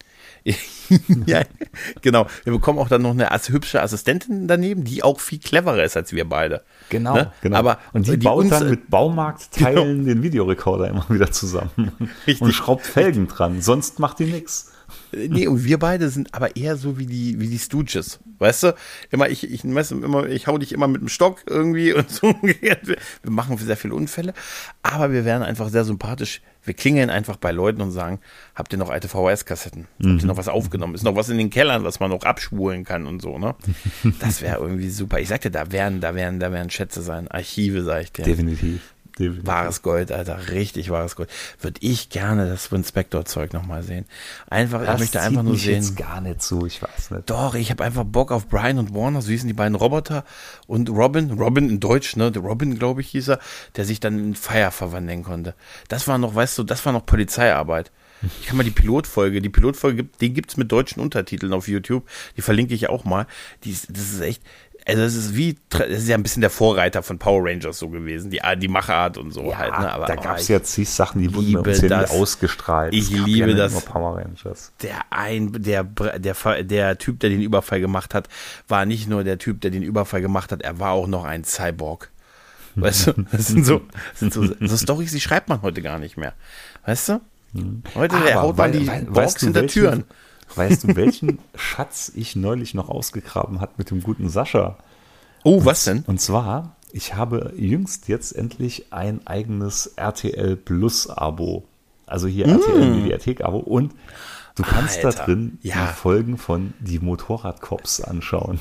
Ja, genau. Wir bekommen auch dann noch eine as- hübsche Assistentin daneben, die auch viel cleverer ist als wir beide. Genau, Ne? genau. Aber und die, die baut uns, dann äh, mit Baumarktteilen den Videorekorder immer wieder zusammen. Richtig. Und schraubt Felgen dran, sonst macht die nichts. Nee, und wir beide sind aber eher so wie die, wie die Stooges. Weißt du? Immer, ich, ich messe immer, ich hau dich immer mit dem Stock irgendwie und so. Wir machen sehr viele Unfälle, aber wir werden einfach sehr sympathisch. Wir klingeln einfach bei Leuten und sagen, habt ihr noch alte V H S-Kassetten? Mhm. Habt ihr noch was aufgenommen? Ist noch was in den Kellern, was man noch abspulen kann und so, ne? Das wäre irgendwie super. Ich sagte, da werden, da werden, da werden Schätze sein. Archive, sag ich dir. Definitiv. Definitiv. Wahres Gold, Alter, richtig wahres Gold. Würde ich gerne das Winspector-Zeug nochmal sehen. Einfach, Das ich möchte zieht einfach nur mich sehen. jetzt gar nicht so, ich weiß nicht. Doch, ich habe einfach Bock auf Brian und Warner, so hießen die beiden Roboter und Robin, Robin in Deutsch, ne, der Robin, glaube ich, hieß er, der sich dann in Fire verwandeln konnte. Das war noch, weißt du, das war noch Polizeiarbeit. Ich kann mal die Pilotfolge, die Pilotfolge, gibt, die gibt's mit deutschen Untertiteln auf YouTube, die verlinke ich auch mal. Die ist, das ist echt, also das ist wie, das ist ja ein bisschen der Vorreiter von Power Rangers so gewesen, die, die Machart und so Ja, halt. Ne? Aber, da gab es ja zig Sachen, die wurden liebe bei uns ja nie das. ausgestrahlt. Ich Es gab liebe ja nicht das. nur Power Rangers. Der ein, der, der, der Typ, der den Überfall gemacht hat, war nicht nur der Typ, der den Überfall gemacht hat, er war auch noch ein Cyborg. Weißt du, das sind so, das sind so, so Storys, die schreibt man heute gar nicht mehr. Weißt du? Heute der haut man die Borgs hinter welchen, Türen. Weißt du, welchen Schatz ich neulich noch ausgegraben hat mit dem guten Sascha? Oh, was denn? Und zwar, ich habe jüngst jetzt endlich ein eigenes R T L Plus Abo. Also hier R T L Mediathek Abo. Und du kannst Alter, da drin ja. die Folgen von Die Motorradcops anschauen.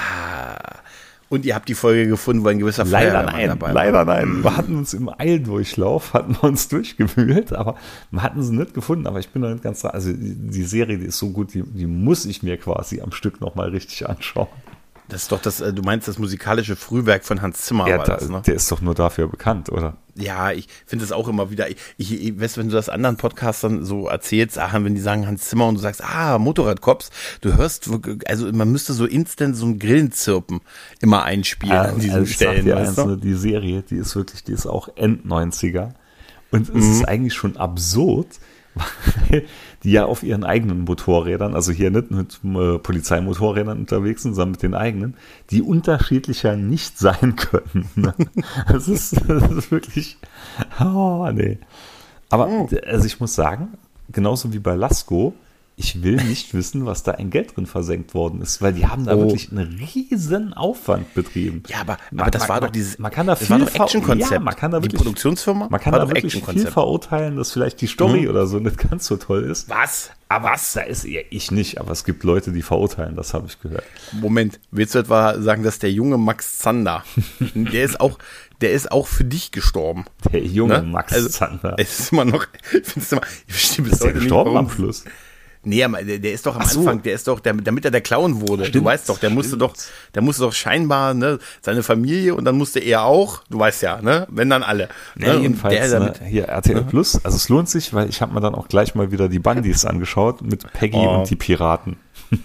Und ihr habt die Folge gefunden, wo ein gewisser Leider Feuerwehrmann nein, dabei war. leider nein. Wir hatten uns im Eildurchlauf, hatten wir uns durchgewühlt, aber wir hatten sie nicht gefunden. Aber ich bin noch nicht ganz da. Also die, die Serie, die ist so gut, die, die muss ich mir quasi am Stück nochmal richtig anschauen. Das ist doch das, äh, du meinst das musikalische Frühwerk von Hans Zimmer, Ja, war da, das, ne? der ist doch nur dafür bekannt, oder? Ja, ich finde es auch immer wieder, ich, ich, ich weiß, wenn du das anderen Podcastern so erzählst, ach, wenn die sagen Hans Zimmer und du sagst, ah, Motorradcops, du hörst, wirklich- also man müsste so instant so ein Grillenzirpen immer einspielen an diesen also ich sag Stellen, dir weißt eins, du? ne, die Serie, die ist wirklich, die ist auch End-neunziger. Und Mhm. es ist eigentlich schon absurd, weil die ja auf ihren eigenen Motorrädern, also hier nicht mit äh, Polizeimotorrädern unterwegs sind, sondern mit den eigenen, die unterschiedlicher nicht sein können. Ne? Das, ist, das ist wirklich, oh nee. Aber Mhm. also ich muss sagen, genauso wie bei Lasko, ich will nicht wissen, was da ein Geld drin versenkt worden ist, weil die haben da Oh. wirklich einen riesen Aufwand betrieben. Ja, aber, Man- aber das man- war man- doch dieses, man kann da das war viel doch ver- Action-Konzept. ja, man kann da die wirklich- Produktionsfirma Man kann war da doch wirklich viel Action-Konzept. verurteilen, dass vielleicht die Story Mhm. oder so nicht ganz so toll ist. Was? Aber was? Da ist ja ich nicht, aber es gibt Leute, die verurteilen, das habe ich gehört. Moment, willst du etwa sagen, dass der junge Max Zander, der ist auch, der ist auch für dich gestorben? Der junge Ne? Max Also, Zander. Es ist immer noch, ich finde es immer, ich verstehe bis Ist der heute nicht, gestorben warum- am Schluss? Nee, aber der, der ist doch am Ach so. Anfang, der ist doch, der, damit er der Clown wurde. Stimmt, du weißt doch, der musste stimmt. doch, der musste doch scheinbar, ne, seine Familie und dann musste er auch, du weißt ja, ne, wenn dann alle. Ja, ne, jedenfalls, und der damit, ne, hier R T L Plus, also es lohnt sich, weil ich habe mir dann auch gleich mal wieder die Bandys angeschaut mit Peggy Oh. und die Piraten.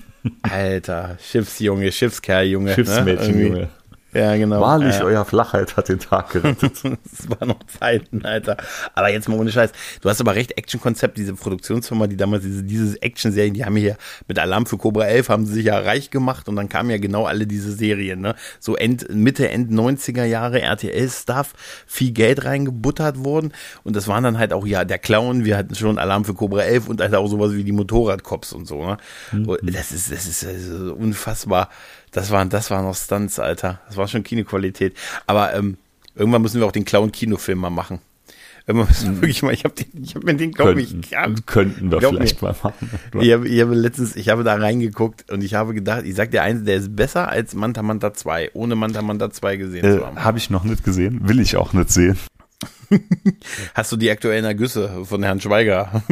Alter, Schiffsjunge, Schiffskerljunge. Schiffsmädchen, ne, Junge. irgendwie. Ja, genau. Wahrlich, ja. euer Flachheit hat den Tag gerettet. Das war noch Zeiten, Alter. Aber jetzt mal ohne Scheiß. Du hast aber recht, Action-Konzept, diese Produktionsfirma, die damals diese, diese Action-Serien, die haben hier mit Alarm für Cobra elf haben sie sich ja reich gemacht und dann kamen ja genau alle diese Serien, ne? So End, Mitte, End neunziger Jahre R T L-Stuff, viel Geld reingebuttert worden und das waren dann halt auch, ja, der Clown, wir hatten schon Alarm für Cobra elf und halt auch sowas wie die Motorradcops und so, ne? Und das ist, das ist also unfassbar. Das waren, das waren noch Stunts, Alter. Das war schon Kinoqualität. Aber ähm, irgendwann müssen wir auch den Clown-Kinofilm mal machen. Irgendwann müssen wir wirklich mal, ich habe ich hab mir den, glaube ich, könnten, ja, könnten wir glaub vielleicht mir. mal machen. ich habe, ich habe letztens, ich habe da reingeguckt und ich habe gedacht, ich sag dir eins, der ist besser als Manta Manta zwei, ohne Manta Manta zwei gesehen Äh, zu haben. habe ich noch nicht gesehen, will ich auch nicht sehen. Hast du die aktuellen Ergüsse von Herrn Schweiger?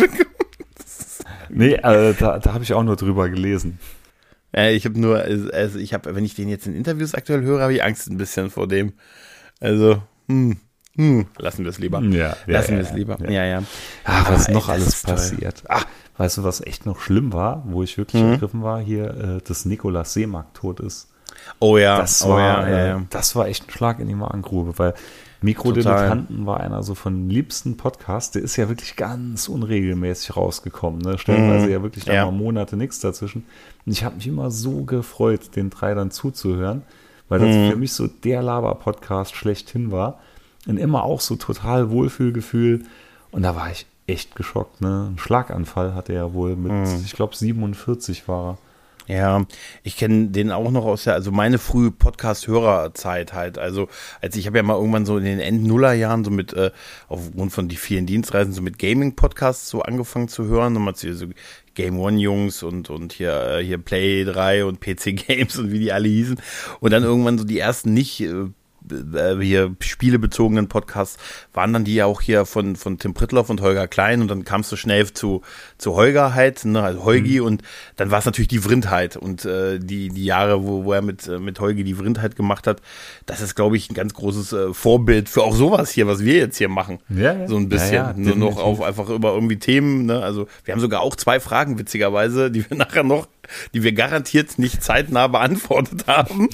Nee, äh, da, da habe ich auch nur drüber gelesen. Ja, ich habe nur, also ich habe, wenn ich den jetzt in Interviews aktuell höre, habe ich Angst ein bisschen vor dem. Also, hm, hm, lassen wir es lieber. Ja, ja, lassen ja, wir es lieber. ja. Ja, ja. Ah, was Aber, noch ey, das alles ist toll. passiert. Ach, weißt du, was echt noch schlimm war, wo ich wirklich Mhm. ergriffen war, hier, äh, dass Nikolaus Seemark tot ist. Oh ja, das oh war, ja, ja, ja. Äh, das war echt ein Schlag in die Magengrube, weil Mikrodilettanten war einer so von den liebsten Podcasts, der ist ja wirklich ganz unregelmäßig rausgekommen, ne? Stellenweise mhm. ja wirklich da ja. mal Monate nichts dazwischen. Und ich habe mich immer so gefreut, den drei dann zuzuhören, weil das mhm. für mich so der Laber-Podcast schlechthin war und immer auch so total Wohlfühlgefühl. Und da war ich echt geschockt, ne? Ein Schlaganfall hatte er wohl mit, mhm. ich glaube siebenundvierzig war er. Ja, ich kenne den auch noch aus der, also meine frühe Podcast-Hörerzeit halt. Also, als ich habe ja mal irgendwann so in den End-Nuller-Jahren so mit, äh, aufgrund von die vielen Dienstreisen, so mit Gaming-Podcasts so angefangen zu hören. Nochmal hier so Game One-Jungs und, und hier, hier Play drei und P C-Games und wie die alle hießen. Und dann irgendwann so die ersten nicht, äh, hier spielebezogenen Podcasts waren dann die ja auch hier von von Tim Prittloff und Holger Klein und dann kamst du schnell zu zu Holger halt, ne, also Holgi mhm. und dann war es natürlich die Vrindheit und äh, die die Jahre, wo, wo er mit mit Holgi die Vrindheit gemacht hat, das ist, glaube ich, ein ganz großes äh, Vorbild für auch sowas hier, was wir jetzt hier machen. Ja, ja. So ein bisschen, ja, ja, nur noch auf einfach über irgendwie Themen, ne, also wir haben sogar auch zwei Fragen, witzigerweise, die wir nachher noch die wir garantiert nicht zeitnah beantwortet haben.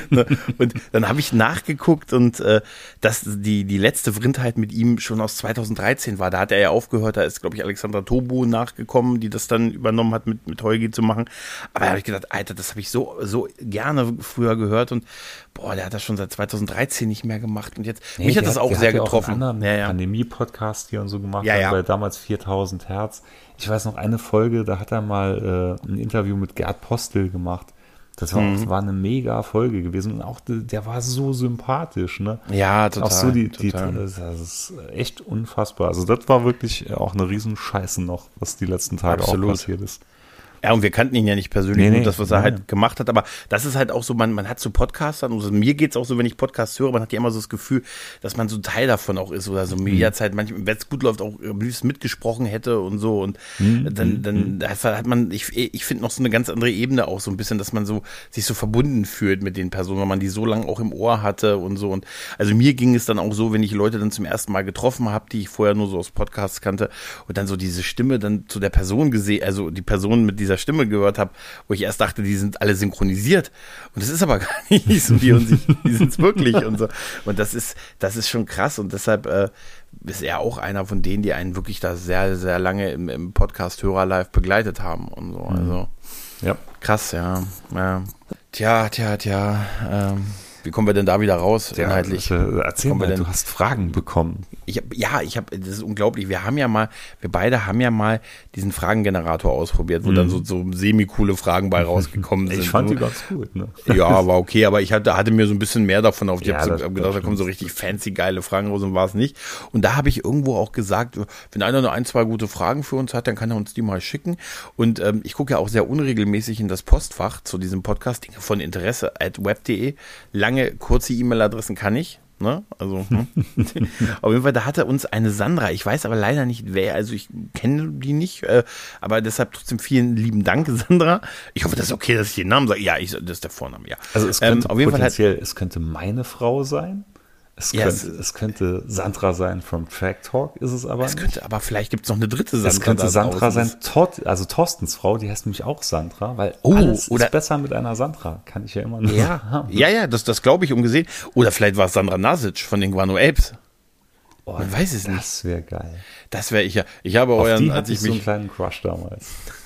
Und dann habe ich nachgeguckt und äh, dass die die letzte Vrindheit mit ihm schon aus zweitausenddreizehn war. Da hat er ja aufgehört, da ist, glaube ich, Alexandra Tobu nachgekommen, die das dann übernommen hat, mit, mit Holgi zu machen. Aber da habe ich gedacht, Alter, das habe ich so so gerne früher gehört und boah, der hat das schon seit zweitausenddreizehn nicht mehr gemacht und jetzt, nee, mich hat das hat, auch sehr hat getroffen. Auch einen ja, ja. Pandemie-Podcast hier und so gemacht, ja, ja. bei damals viertausend Hertz. Ich weiß noch eine Folge, da hat er mal äh, ein Interview mit Gerd Postel gemacht. Das war, mhm. das war eine mega Folge gewesen und auch der, der war so sympathisch, ne? Ja, total. Auch so die, total. die das ist echt unfassbar. Also das war wirklich auch eine Riesenscheiße noch, was die letzten Tage Absolut. auch passiert ist. Ja, und wir kannten ihn ja nicht persönlich, nee, nur nee, das, was er nee. halt gemacht hat. Aber das ist halt auch so, man, man hat so Podcastern, also mir geht's auch so, wenn ich Podcasts höre, man hat ja immer so das Gefühl, dass man so ein Teil davon auch ist oder so Mediazeit, manchmal, wenn es gut läuft, auch am liebsten mitgesprochen hätte und so. Und mhm. dann, dann hat man, ich, ich finde noch so eine ganz andere Ebene auch so ein bisschen, dass man so sich so verbunden fühlt mit den Personen, weil man die so lange auch im Ohr hatte und so. Und also mir ging es dann auch so, wenn ich Leute dann zum ersten Mal getroffen habe, die ich vorher nur so aus Podcasts kannte und dann so diese Stimme dann zu der Person gesehen, also die Person mit dieser Stimme gehört habe, wo ich erst dachte, die sind alle synchronisiert. Und das ist aber gar nicht so, die, und sich, die sind es wirklich und so. Und das ist, das ist schon krass und deshalb äh, ist er auch einer von denen, die einen wirklich da sehr, sehr lange im, im Podcast Hörer Live begleitet haben und so. Also ja. Krass, ja. ja. Tja, tja, tja. Ähm, wie kommen wir denn da wieder raus, ja, inhaltlich? Also, erzähl mal, du hast Fragen bekommen. Ich hab, ja, ich habe, das ist unglaublich. Wir haben ja mal, wir beide haben ja mal diesen Fragengenerator ausprobiert, wo mhm. dann so, so semi-coole Fragen bei rausgekommen sind. Ich fand die ganz gut, ne? Ja, war okay, aber ich hatte, hatte mir so ein bisschen mehr davon auf. Ich ja, habe so, gedacht, da kommen so richtig fancy, geile Fragen raus und war es nicht. Und da habe ich irgendwo auch gesagt, wenn einer nur ein, zwei gute Fragen für uns hat, dann kann er uns die mal schicken. Und ähm, ich gucke ja auch sehr unregelmäßig in das Postfach zu diesem Podcast, Dinge von Interesse at web punkt de. Lange, kurze E-Mail-Adressen kann ich. Ne? Also, hm. Auf jeden Fall, da hatte uns eine Sandra, ich weiß aber leider nicht wer, also ich kenne die nicht, äh, aber deshalb trotzdem vielen lieben Dank, Sandra. Ich hoffe, das ist okay, dass ich den Namen sage. Ja, ich, das ist der Vorname, ja. Also es könnte ähm, auf jeden potenziell, Fall hat, es könnte meine Frau sein. Es, yes. könnte, es könnte Sandra sein vom Track Talk, ist es aber Es nicht. könnte, aber vielleicht gibt es noch eine dritte Sandra. Es könnte Sandra sein, Tor, also Thorstens Frau, die heißt nämlich auch Sandra, weil oh, alles oder, ist besser mit einer Sandra, kann ich ja immer nur ja, haben. Ja, ja, das, das glaube ich umgesehen. Oder vielleicht war es Sandra Nasic von den Guano Apes. Oh, Man weiß es nicht. Das wäre geil. Das wäre ich ja. Ich habe Auf euren, die als hatte ich ich so einen mich kleinen Crush damals.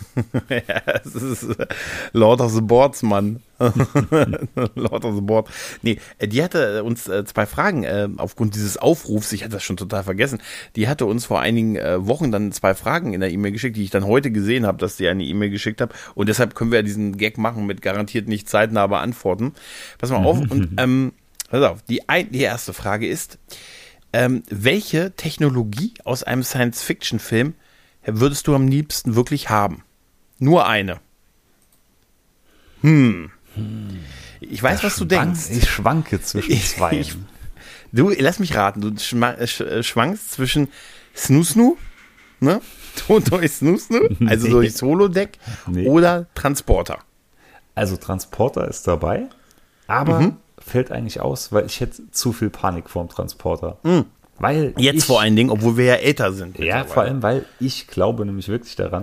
ja, es ist Lord of the Boards, Mann. Lord of the Board. Nee, die hatte uns äh, zwei Fragen äh, aufgrund dieses Aufrufs, ich hatte das schon total vergessen, die hatte uns vor einigen äh, Wochen dann zwei Fragen in der E-Mail geschickt, die ich dann heute gesehen habe, dass sie eine E-Mail geschickt habe und deshalb können wir ja diesen Gag machen mit garantiert nicht zeitnah beantworten. Pass mal auf und ähm, pass auf, die, ein, die erste Frage ist, ähm, welche Technologie aus einem Science-Fiction-Film würdest du am liebsten wirklich haben? Nur eine. Hm. Ich weiß, Da was du schwank, denkst. Ich schwanke zwischen zwei. Ich, du, lass mich raten, du schma- sch- schwankst zwischen Snoo-Snoo, ne? durch Snoo-Snoo, also Nee. durchs Holodeck Nee. oder Transporter. Also Transporter ist dabei, aber Mhm. fällt eigentlich aus, weil ich hätte zu viel Panik vor dem Transporter. Mhm. Weil Jetzt ich, vor allen Dingen, obwohl wir ja älter sind. Ja, vor allem, weil ich glaube nämlich wirklich daran,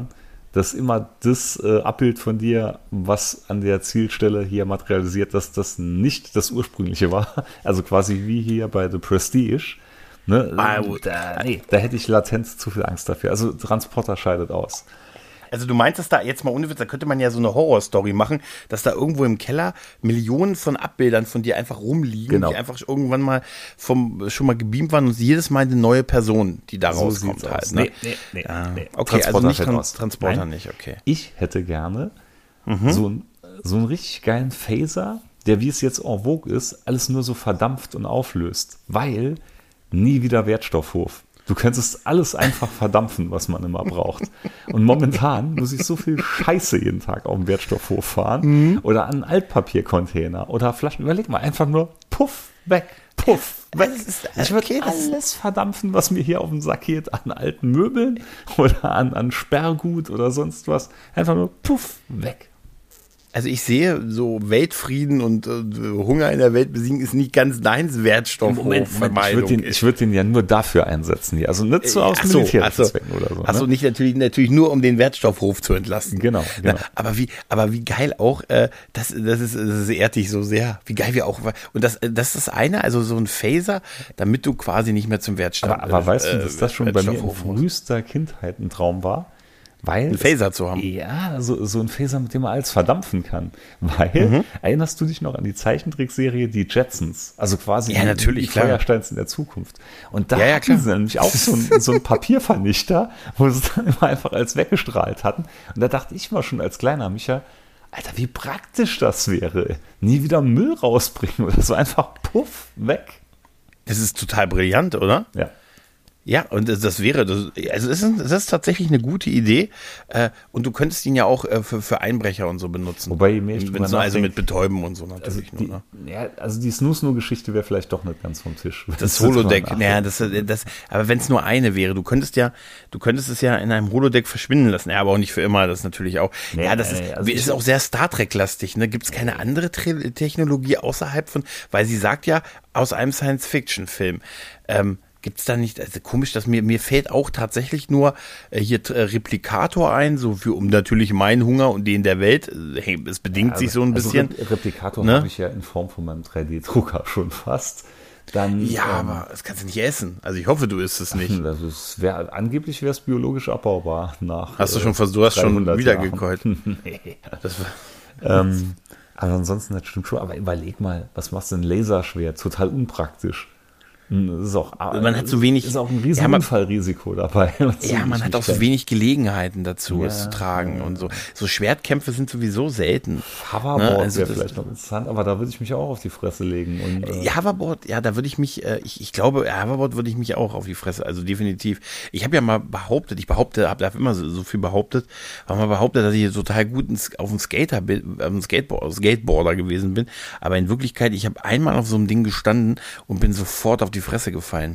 dass immer das äh, Abbild von dir, was an der Zielstelle hier materialisiert, dass das nicht das ursprüngliche war. Also quasi wie hier bei The Prestige. Ne? Ah, da, nee, da hätte ich latent zu viel Angst dafür. Also Transporter scheidet aus. Also du meintest da jetzt mal ohne Witz, da könnte man ja so eine Horrorstory machen, dass da irgendwo im Keller Millionen von Abbildern von dir einfach rumliegen, genau. die einfach irgendwann mal vom schon mal gebeamt waren und jedes Mal eine neue Person, die da So rauskommt sieht's halt. aus. Ne? Nee, nee, nee, ah, nee. Okay, Transporter also nicht fällt Tran- aus. Transporter Nein. nicht, okay. Ich hätte gerne Mhm. so, ein, so einen richtig geilen Phaser, der, wie es jetzt en vogue ist, alles nur so verdampft und auflöst. Weil nie wieder Wertstoffhof. Du könntest alles einfach verdampfen, was man immer braucht. Und momentan muss ich so viel Scheiße jeden Tag auf dem Wertstoffhof fahren Mhm. oder an einen Altpapiercontainer oder Flaschen. Überleg mal, einfach nur puff, weg, puff, weg. Das ist- Ich würde okay, das ist- alles verdampfen, was mir hier auf den Sack geht, an alten Möbeln oder an, an Sperrgut oder sonst was. Einfach nur puff, weg. Also ich sehe, so Weltfrieden und äh, Hunger in der Welt besiegen ist nicht ganz deins Wertstoffvermeidung. Ich würde den, ich würd den ja nur dafür einsetzen hier. Also nicht so aus Ach so, militärischen ach so. Zwecken oder so. Achso, Ne? nicht natürlich, natürlich nur, um den Wertstoffhof zu entlasten. Genau, genau. Na, aber wie, aber wie geil auch, äh, das, das ist, das ehrt dich so sehr. Wie geil wir auch, und das, das ist das eine, also so ein Phaser, damit du quasi nicht mehr zum Wertstoff. Aber, aber weißt du, dass das schon bei mir in Wertstoffhof musst. frühester Kindheit ein Traum war? Weil Einen Phaser zu haben. Ja, so, so ein Phaser, mit dem man alles verdampfen kann. Weil, Mhm. erinnerst du dich noch an die Zeichentrickserie Die Jetsons? Also quasi Ja, die, natürlich, die klar. Feuersteins in der Zukunft. Und da Ja, ja, hatten klar. sie nämlich auch so ein, so ein Papiervernichter, wo sie es dann immer einfach als weggestrahlt hatten. Und da dachte ich mal schon als kleiner Micha, Alter, wie praktisch das wäre. Nie wieder Müll rausbringen oder so, einfach puff, weg. Das ist total brillant, oder? Ja. Ja, und das, das wäre, das, also es ist, das ist tatsächlich eine gute Idee. Äh, und du könntest ihn ja auch äh, für, für Einbrecher und so benutzen. Wobei, je mehr ich Wenn drüber so, also nachdenke- mit Betäuben und so Also natürlich die, nur. Ne? ja, also die Snooze-Nur-Geschichte wäre vielleicht doch nicht ganz vom Tisch. Das Wenn du Holodeck, drüber naja, das, das, aber wenn es nur eine wäre, du könntest ja, du könntest es ja in einem Holodeck verschwinden lassen, ja, aber auch nicht für immer, das ist natürlich auch, Nee, ja, das nee, ist, nee, also ist ich- auch sehr Star Trek-lastig, ne, gibt es keine andere Tre- Technologie außerhalb von, weil sie sagt ja, aus einem Science-Fiction-Film, ähm, gibt es da nicht, also komisch, dass mir, mir fällt auch tatsächlich nur äh, hier äh, Replikator ein, so für, um natürlich meinen Hunger und den der Welt, äh, hey, es bedingt sich so ein bisschen. Also Re- Replikator ne? habe ich ja in Form von meinem drei D-Drucker schon fast. Dann, Ja, ähm, aber das kannst du nicht essen. Also ich hoffe, du isst es nicht. Also es wär, angeblich wäre es biologisch abbaubar nach. Hast du äh, schon vers- du hast schon dreihundert wieder Jahren. gekeult. Nee. Das war, ähm, aber ansonsten, das stimmt schon. Aber überleg mal, was machst du denn Laserschwert? Total unpraktisch. Das ist auch, Man hat so wenig- ist auch ein riesen Ja, man- Unfallrisiko dabei. ja, man hat auch so wenig Gelegenheiten dazu, Ja, es zu tragen und so. So Schwertkämpfe sind sowieso selten. Hoverboard Ne, also wäre das- vielleicht noch interessant, aber da würde ich mich auch auf die Fresse legen. Und, äh, Ja, Hoverboard, ja, da würde ich mich, äh, ich, ich glaube, ja, Hoverboard würde ich mich auch auf die Fresse, also definitiv. Ich habe ja mal behauptet, ich behaupte, habe immer so, so viel behauptet, habe mal behauptet, dass ich total gut ins, auf dem Skater bin, auf dem Skateboard, Skateboarder gewesen bin, aber in Wirklichkeit, ich habe einmal auf so einem Ding gestanden und bin sofort auf die Fresse gefallen.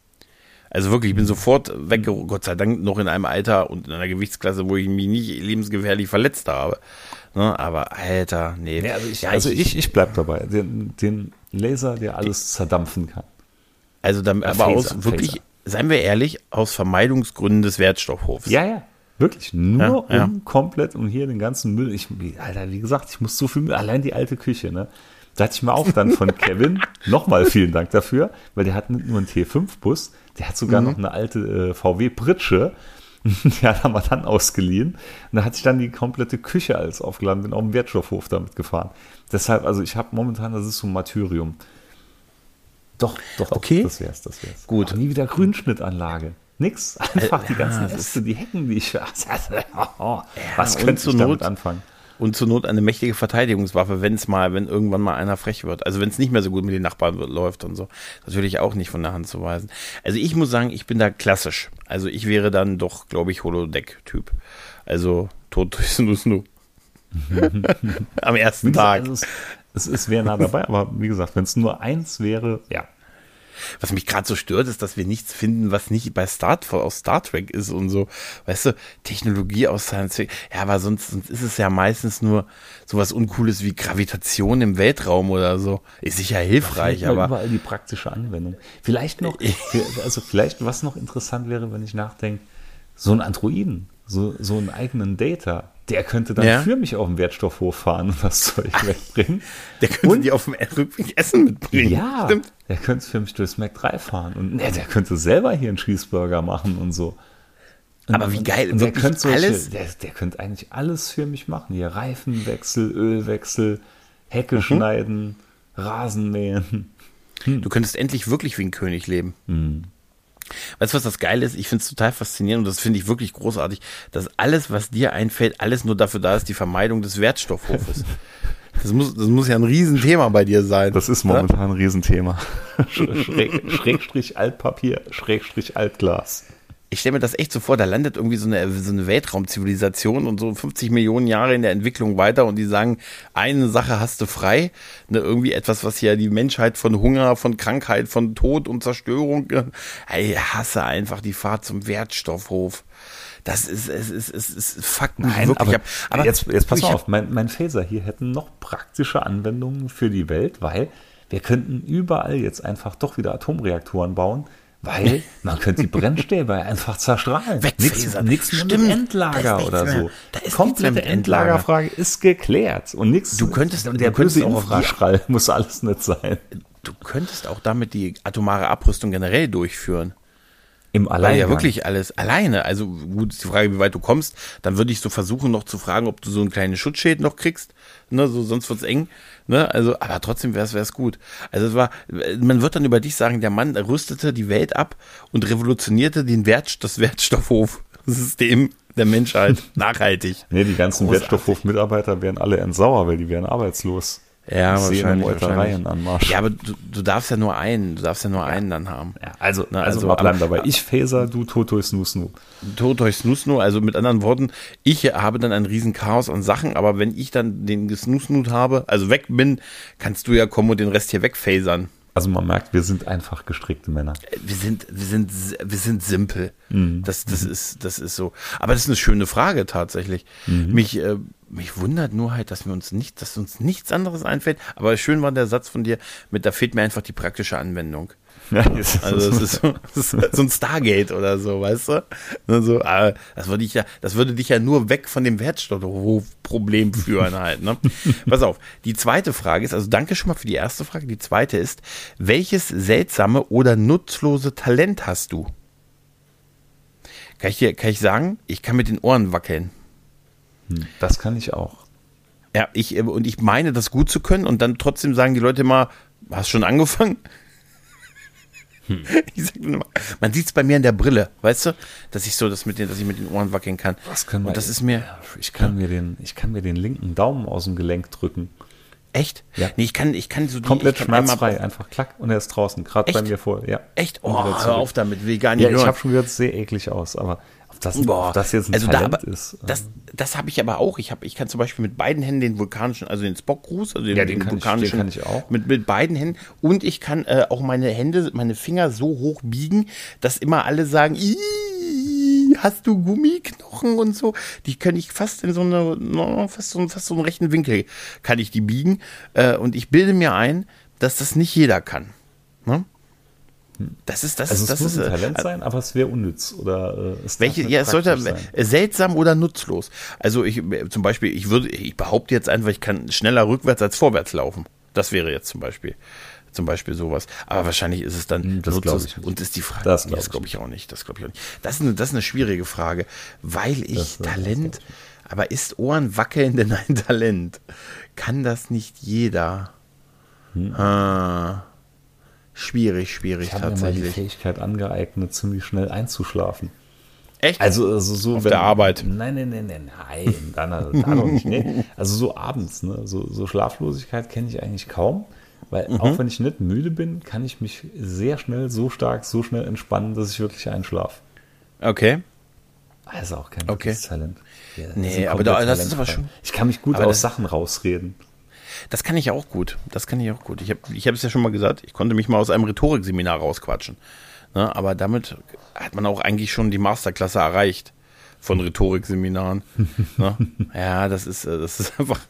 Also wirklich, ich bin sofort weg, Gott sei Dank noch in einem Alter und in einer Gewichtsklasse, wo ich mich nicht lebensgefährlich verletzt habe. Ne, aber Alter, nee. Ja, also ich, Ja, also ich, ich bleib dabei. Den, den Laser, der alles zerdampfen kann. Also dann, aber Phaser, aus wirklich, Phaser. seien wir ehrlich, aus Vermeidungsgründen des Wertstoffhofs. Ja, ja. Wirklich. Nur Ja, ja. um komplett, um hier den ganzen Müll. Ich, Alter, wie gesagt, ich muss so viel Müll, allein die alte Küche, ne? Da hatte ich mir auch dann von Kevin, nochmal vielen Dank dafür, weil der hat nicht nur einen T fünf Bus, der hat sogar Mhm. noch eine alte äh, V W-Pritsche. Die hat er mal dann ausgeliehen. Und da hatte ich dann die komplette Küche alles aufgeladen, bin auf dem Wertstoffhof damit gefahren. Deshalb, also ich habe momentan, das ist so ein Martyrium. Doch, doch, doch, Okay. das wär's, das wär's. Gut. Auch nie wieder Grünschnittanlage. Nix, einfach Äh, die ganzen ja, das- Äste, die Hecken, die ich. Was und könnte zur ich damit Not- anfangen? Und zur Not eine mächtige Verteidigungswaffe, wenn es mal, wenn irgendwann mal einer frech wird. Also wenn es nicht mehr so gut mit den Nachbarn wird, läuft und so. Natürlich auch nicht von der Hand zu weisen. Also ich muss sagen, ich bin da klassisch. Also ich wäre dann doch, glaube ich, Holodeck-Typ. Also tot durch Snoo-Snoo. Am ersten Wie Tag. gesagt, es, es, es wäre nah dabei, aber wie gesagt, wenn es nur eins wäre, ja. Was mich gerade so stört, ist, dass wir nichts finden, was nicht bei Star, aus Star Trek ist und so. Weißt du, Technologie aus Science Fiction. Ja, aber sonst, sonst ist es ja meistens nur sowas Uncooles wie Gravitation im Weltraum oder so. Ist sicher hilfreich, Vielleicht mal aber überall die praktische Anwendung. Vielleicht noch, also vielleicht, was noch interessant wäre, wenn ich nachdenke, so ein Androiden. so, so einen eigenen Data. Der könnte dann Ja. für mich auf den Wertstoffhof fahren und das Zeug wegbringen. Der könnte dir auf dem Rückweg Essen mitbringen. Ja, Stimmt. der könnte für mich durchs Mac drei fahren. Und ne, der könnte selber hier einen Cheeseburger machen und so. Und, Aber wie geil, und der wirklich könnte solche, alles? Der, der könnte eigentlich alles für mich machen. Hier Reifenwechsel, Ölwechsel, Hecke Mhm. schneiden, Rasen mähen. Du könntest endlich wirklich wie ein König leben. Weißt du, was das Geile ist? Ich finde es total faszinierend und das finde ich wirklich großartig, dass alles, was dir einfällt, alles nur dafür da ist, die Vermeidung des Wertstoffhofes. Das muss, das muss ja ein Riesenthema bei dir sein. Das ist momentan ein Riesenthema. Schräg, Schrägstrich Altpapier, Schrägstrich Altglas. Ich stelle mir das echt so vor, da landet irgendwie so eine, so eine Weltraumzivilisation und so fünfzig Millionen Jahre in der Entwicklung weiter und die sagen, eine Sache hast du frei, ne, irgendwie etwas, was ja die Menschheit von Hunger, von Krankheit, von Tod und Zerstörung, ey, hasse einfach die Fahrt zum Wertstoffhof. Das ist, es ist, es ist, fuck mich Nein, wirklich aber, ab. Aber jetzt, jetzt pass ich mal hab- auf, mein, mein Phaser hier hätten noch praktische Anwendungen für die Welt, weil wir könnten überall jetzt einfach doch wieder Atomreaktoren bauen, weil man könnte die Brennstäbe einfach zerstrahlen. Wegphasern. Nichts mehr Stimmt, mit da Endlager ist oder nichts mehr. so. Da ist nichts Komplette mehr mit Endlager. Endlagerfrage ist geklärt. Und nichts, Du könntest- der du böse könntest auch auf die- Infraschall muss alles nicht sein. Du könntest auch damit die atomare Abrüstung generell durchführen. Im Weil Alleingang. ja wirklich alles alleine. Also gut, ist die Frage, wie weit du kommst. Dann würde ich so versuchen, noch zu fragen, ob du so einen kleinen Schutzschild noch kriegst. Ne, so, sonst wird's eng. Ne, also, aber trotzdem wäre es gut. Also es war, man wird dann über dich sagen, der Mann rüstete die Welt ab und revolutionierte den Wert, das Wertstoffhofsystem der Menschheit nachhaltig. Nee, die ganzen Großartig. Wertstoffhof-Mitarbeiter wären alle entsauer, weil die wären arbeitslos. Ja, Ich sehe eine wahrscheinlich, Meuterei wahrscheinlich. in Anmarsch. Ja, aber du, du darfst ja nur einen, du darfst ja nur einen dann haben. Ja, also, Na, also, also, mal bleiben aber- dabei. Ich Phaser, du Toto Snoo Snoo. Tod durch Snusnu, also mit anderen Worten, ich habe dann ein riesen Chaos an Sachen, aber wenn ich dann den gesnusnut habe, also weg bin, kannst du ja kommen und den Rest hier wegphasern. Also man merkt, wir sind einfach gestrickte Männer. Wir sind, wir sind, wir sind simpel. Das, das ist, das ist so. Aber das ist eine schöne Frage tatsächlich. Mich, äh, mich wundert nur halt, dass wir uns nicht, dass uns nichts anderes einfällt. Aber schön war der Satz von dir mit, da fehlt mir einfach die praktische Anwendung. Ja, jetzt- Also das ist, so, das ist so ein Stargate oder so, weißt du? Ne, so, aber das würde ich ja, das würde dich ja nur weg von dem Wertstoffproblem führen halt. Ne? Pass auf, die zweite Frage ist, also danke schon mal für die erste Frage. Die zweite ist, welches seltsame oder nutzlose Talent hast du? Kann ich dir, kann ich sagen, ich kann mit den Ohren wackeln. das kann ich auch. Ja, ich, äh, und ich meine, das gut zu können und dann trotzdem sagen die Leute immer, hast schon angefangen? Ich sag nur mal, man sieht es bei mir in der Brille, weißt du, dass ich so das mit den, dass ich mit den Ohren wackeln kann. Das können wir. Und das ist mir Ja, ich kann mir den, ich kann mir den linken Daumen aus dem Gelenk drücken. echt. Ja. Nee, ich kann, ich kann so die, Komplett ich kann einmal- schmerzfrei, einfach klack und er ist draußen. Gerade bei Echt? mir vor. Ja. Echt? Oh, Und wieder hör zurück. auf damit, will ich gar nicht Ja, ich hören. habe schon gehört, es sehr eklig aus, aber ob das, Boah, ob das jetzt ein also da Talent aber, ist. äh, Das, das habe ich aber auch. Ich, hab, ich kann zum Beispiel mit beiden Händen den vulkanischen, also den Spock-Gruß, also den, Ja, den kann ich- vulkanischen, den kann ich auch. Mit, mit beiden Händen. Und ich kann äh, auch meine Hände, meine Finger so hoch biegen, dass immer alle sagen, "Ih, hast du Gummiknochen und so. Die kann ich fast in so eine, no, fast so, fast so einen rechten Winkel kann ich die biegen. Äh, und ich bilde mir ein, dass das nicht jeder kann. Ne? Das ist, das also ist, es das muss ist, ein äh, Talent sein, aber es wäre unnütz. Oder äh, es darf welche, nicht ja, es sollte praktisch sein. äh, seltsam oder nutzlos. Also ich äh, zum Beispiel, ich würde, ich behaupte jetzt einfach, ich kann schneller rückwärts als vorwärts laufen. Das wäre jetzt zum Beispiel, zum Beispiel sowas. Aber wahrscheinlich ist es dann Hm, das nutzlos. glaub ich nicht. Und ist die Frage, Das nee, glaub das ich glaube ich auch nicht. Das glaube ich auch nicht. Das ist eine, das ist eine schwierige Frage, weil ich Das, äh, das Talent, aber ist Ohren wackeln denn ein Talent? Kann das nicht jeder? Hm. Ah, schwierig, schwierig Ich habe mir mal die tatsächlich. Fähigkeit angeeignet, ziemlich schnell einzuschlafen. Echt? Also, also so Auf der Arbeit? Nein, nein, nein, nein, nein, da, da doch nicht. Nee. Also so abends, ne? So, so Schlaflosigkeit kenne ich eigentlich kaum, weil Mhm. auch wenn ich nicht müde bin, kann ich mich sehr schnell, so stark, so schnell entspannen, dass ich wirklich einschlafe. Okay. Also auch kein Okay. wirkliches Talent. Ja, Nee, sind aber da- komplett das ist aber talentfrei. schon- Ich kann mich gut aber aus das- Sachen rausreden. Das kann ich auch gut. Das kann ich auch gut. Ich habe ich habe es ja schon mal gesagt, ich konnte mich mal aus einem Rhetorikseminar rausquatschen. Ne, aber damit hat man auch eigentlich schon die Masterklasse erreicht von Rhetorikseminaren. Ne? Ja, das ist, äh, das ist einfach.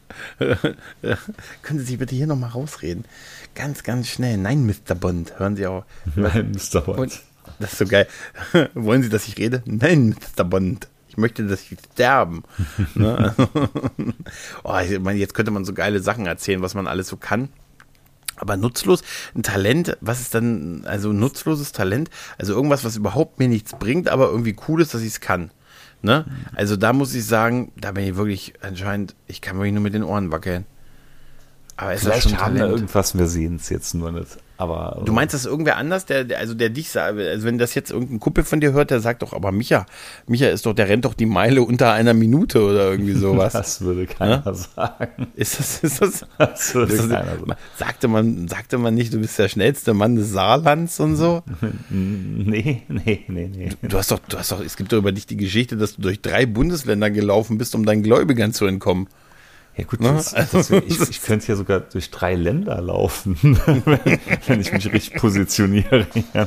Können Sie sich bitte hier nochmal rausreden? Ganz, ganz schnell. Nein, Mister Bond. Hören Sie auch. Nein, Mister Bond. Und das ist so geil. Wollen Sie, dass ich rede? Nein, Mister Bond. Ich möchte, dass sie sterben. Ne? Oh, ich meine, jetzt könnte man so geile Sachen erzählen, was man alles so kann. Aber nutzlos, ein Talent, was ist dann, also ein nutzloses Talent? Also irgendwas, was überhaupt mir nichts bringt, aber irgendwie cool ist, dass ich es kann. Ne? Also da muss ich sagen, da bin ich wirklich anscheinend, ich kann wirklich nur mit den Ohren wackeln. Aber ist Vielleicht das schon haben wir Talent? irgendwas, wir sehen es jetzt nur nicht. Aber, Du meinst, dass irgendwer anders, der, der, also der dich sagt, also wenn das jetzt irgendein Kumpel von dir hört, der sagt doch, aber Micha, Micha ist doch, der rennt doch die Meile unter einer Minute oder irgendwie sowas. Das würde keiner Ja? sagen. Ist das, ist das, Das würde ist das keiner sagen. sagte man, sagte man nicht, du bist der schnellste Mann des Saarlands und so? Nee, nee, nee, nee. Du hast doch, du hast doch, es gibt doch über dich die Geschichte, dass du durch drei Bundesländer gelaufen bist, um deinen Gläubigern zu entkommen. Ja gut, Ne? das, das, ich, ich könnte ja sogar durch drei Länder laufen, wenn, wenn ich mich richtig positioniere.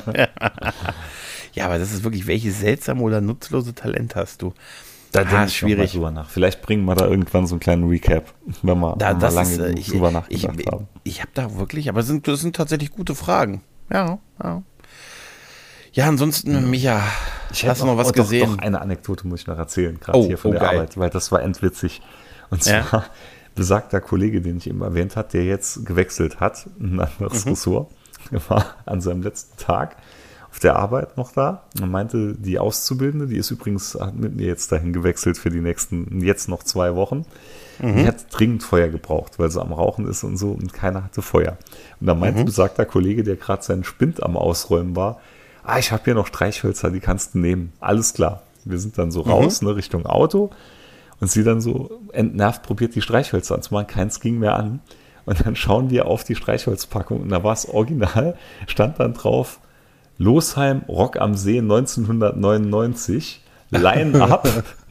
Ja, aber das ist wirklich, welches seltsame oder nutzlose Talent hast du? Da Ah, denke ich schwierig. schwierig drüber nach. Vielleicht bringen wir da irgendwann so einen kleinen Recap, wenn wir, Da, wenn wir das lange ist, äh, genug ich, drüber ich, nachgedacht ich, haben. ich habe da wirklich, aber das sind, das sind tatsächlich gute Fragen. Ja, ja. Ja, ansonsten, Micha, Ich hast du hätte noch was oh, gesehen? Doch, doch eine Anekdote muss ich noch erzählen, gerade Oh, hier von oh, der geil. Arbeit, weil das war endwitzig. Und zwar Ja. besagter Kollege, den ich eben erwähnt habe, der jetzt gewechselt hat, in ein anderes Mhm. Ressort, war an seinem letzten Tag auf der Arbeit noch da und meinte, die Auszubildende, die ist übrigens hat mit mir jetzt dahin gewechselt für die nächsten, jetzt noch zwei Wochen. Mhm. Die hat dringend Feuer gebraucht, weil sie am Rauchen ist und so und keiner hatte Feuer. Und dann Mhm. meinte besagter Kollege, der gerade seinen Spind am Ausräumen war, ah, ich habe hier noch Streichhölzer, die kannst du nehmen. Alles klar. Wir sind dann so raus, ne, Richtung Auto. Und sie dann so entnervt probiert, die Streichhölzer anzumachen. Keins ging mehr an. Und dann schauen wir auf die Streichholzpackung. Und da war es original, stand dann drauf, Losheim, Rock am See neunzehnhundertneunundneunzig. Line-Up,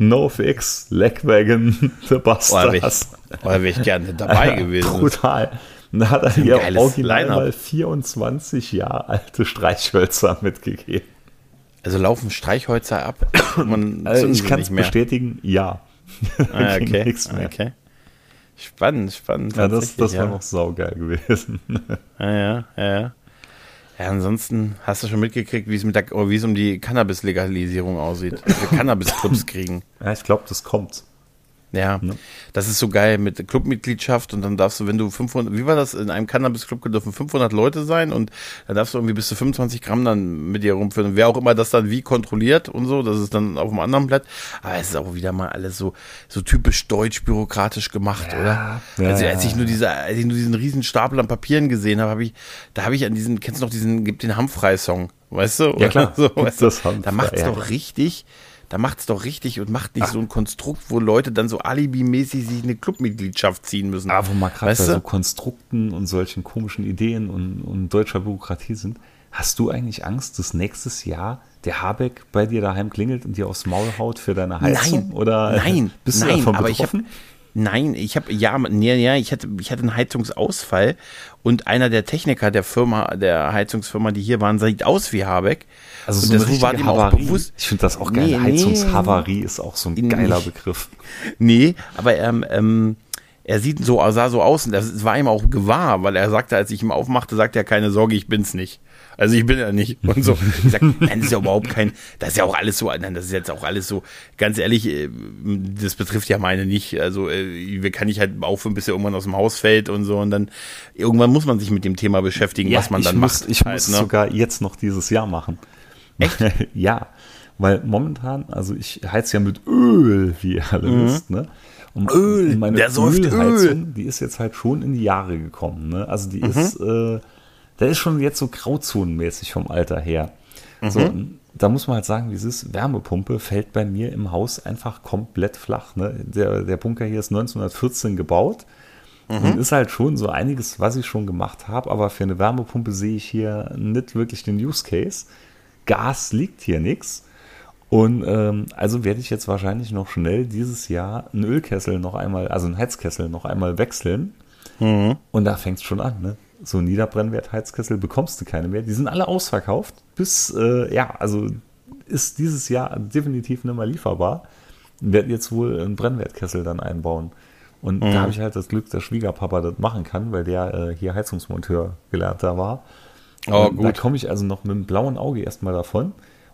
NoFX, Legwagon, The Oh, da wäre Busters. ich, oh, da wär ich gerne dabei gewesen. Brutal. Und da hat er hier geiles original Line-Up. mal vierundzwanzig Jahre alte Streichhölzer mitgegeben. Also laufen Streichhölzer ab und man Also zündet ich sie kann nicht es mehr. bestätigen, ja. Ah, Ging okay. nichts mehr. okay. Spannend, spannend. Ja, das, das tatsächlich, war ja. noch saugeil gewesen. Ja, ja, ja, ja. Ja, ansonsten hast du schon mitgekriegt, wie es mit der, oder wie es um die Cannabis-Legalisierung aussieht. Dass wir Cannabis-Clubs kriegen. Ja, ich glaube, das kommt. Ja, Ne? das ist so geil mit der Clubmitgliedschaft und dann darfst du, wenn du fünfhundert, wie war das, in einem Cannabis-Club dürfen fünfhundert Leute sein und dann darfst du irgendwie bis zu fünfundzwanzig Gramm dann mit dir rumführen und wer auch immer das dann wie kontrolliert und so, das ist dann auf dem anderen Blatt, aber es ist auch wieder mal alles so, so typisch deutsch bürokratisch gemacht, oder? Ja, also ja, als ich nur diese, als ich nur diesen riesen Stapel an Papieren gesehen habe, habe ich, da habe ich an diesen, kennst du noch diesen, gibt den Hampfrey-Song, weißt du? Ja, klar. So, Gibt weißt du? das Hampfrey, Da macht's ja, doch ja. richtig, da macht's doch richtig und macht nicht so ein Konstrukt, wo Leute dann so alibimäßig sich eine Clubmitgliedschaft ziehen müssen. Ah, wo wir gerade bei Weißt du? so Konstrukten und solchen komischen Ideen und, und deutscher Bürokratie sind. Hast du eigentlich Angst, dass nächstes Jahr der Habeck bei dir daheim klingelt und dir aufs Maul haut für deine Heizung? Nein, Oder nein, bist du nein, davon aber ich betroffen? habe Nein, ich habe ja, nee, ja, ich hatte, ich hatte einen Heizungsausfall und einer der Techniker der Firma, der Heizungsfirma, die hier waren, sieht aus wie Habeck. Also und so eine das war richtige dem auch Havarie. bewusst. Ich finde das auch geil. Nee, nee. Heizungshavarie ist auch so ein Nee. geiler Begriff. Nee, aber ähm, ähm, er sieht so, sah so aus und das war ihm auch gewahr, weil er sagte, als ich ihm aufmachte, sagte er, keine Sorge, ich bin's nicht. Also ich bin ja nicht. Und so. Ich sag, nein, das ist ja überhaupt kein, das ist ja auch alles so, nein, das ist jetzt auch alles so, ganz ehrlich, äh, das betrifft ja meine nicht. Also äh, kann ich halt aufhören, bis er irgendwann aus dem Haus fällt und so und dann, irgendwann muss man sich mit dem Thema beschäftigen, was man ich dann muss, macht. Ich halt, muss ne? sogar jetzt noch dieses Jahr machen. Echt? Ja, weil momentan, also ich heiz ja mit Öl, wie ihr alle Mhm. wisst, ne? Und Öl, und meine der säuft Ölheizung, die ist jetzt halt schon in die Jahre gekommen, ne? Also die Mhm. ist, äh, der ist schon jetzt so grauzonenmäßig vom Alter her. Mhm. So, und da muss man halt sagen, wie es ist, Wärmepumpe fällt bei mir im Haus einfach komplett flach, ne? Der, der Bunker hier ist neunzehnhundertvierzehn gebaut. Und ist halt schon so einiges, was ich schon gemacht habe, aber für eine Wärmepumpe sehe ich hier nicht wirklich den Use Case. Gas liegt hier nichts. Und ähm, also werde ich jetzt wahrscheinlich noch schnell dieses Jahr einen Ölkessel noch einmal, also einen Heizkessel noch einmal wechseln. Mhm. Und da fängt es schon an, ne? So Niederbrennwert-Heizkessel bekommst du keine mehr. Die sind alle ausverkauft. Bis, äh, ja, also ist dieses Jahr definitiv nicht mehr lieferbar. Werde jetzt wohl einen Brennwertkessel dann einbauen. Und Mhm. da habe ich halt das Glück, dass Schwiegerpapa das machen kann, weil der äh, hier Heizungsmonteur gelernter war. Oh, Und gut. da komme ich also noch mit dem blauen Auge erstmal davon.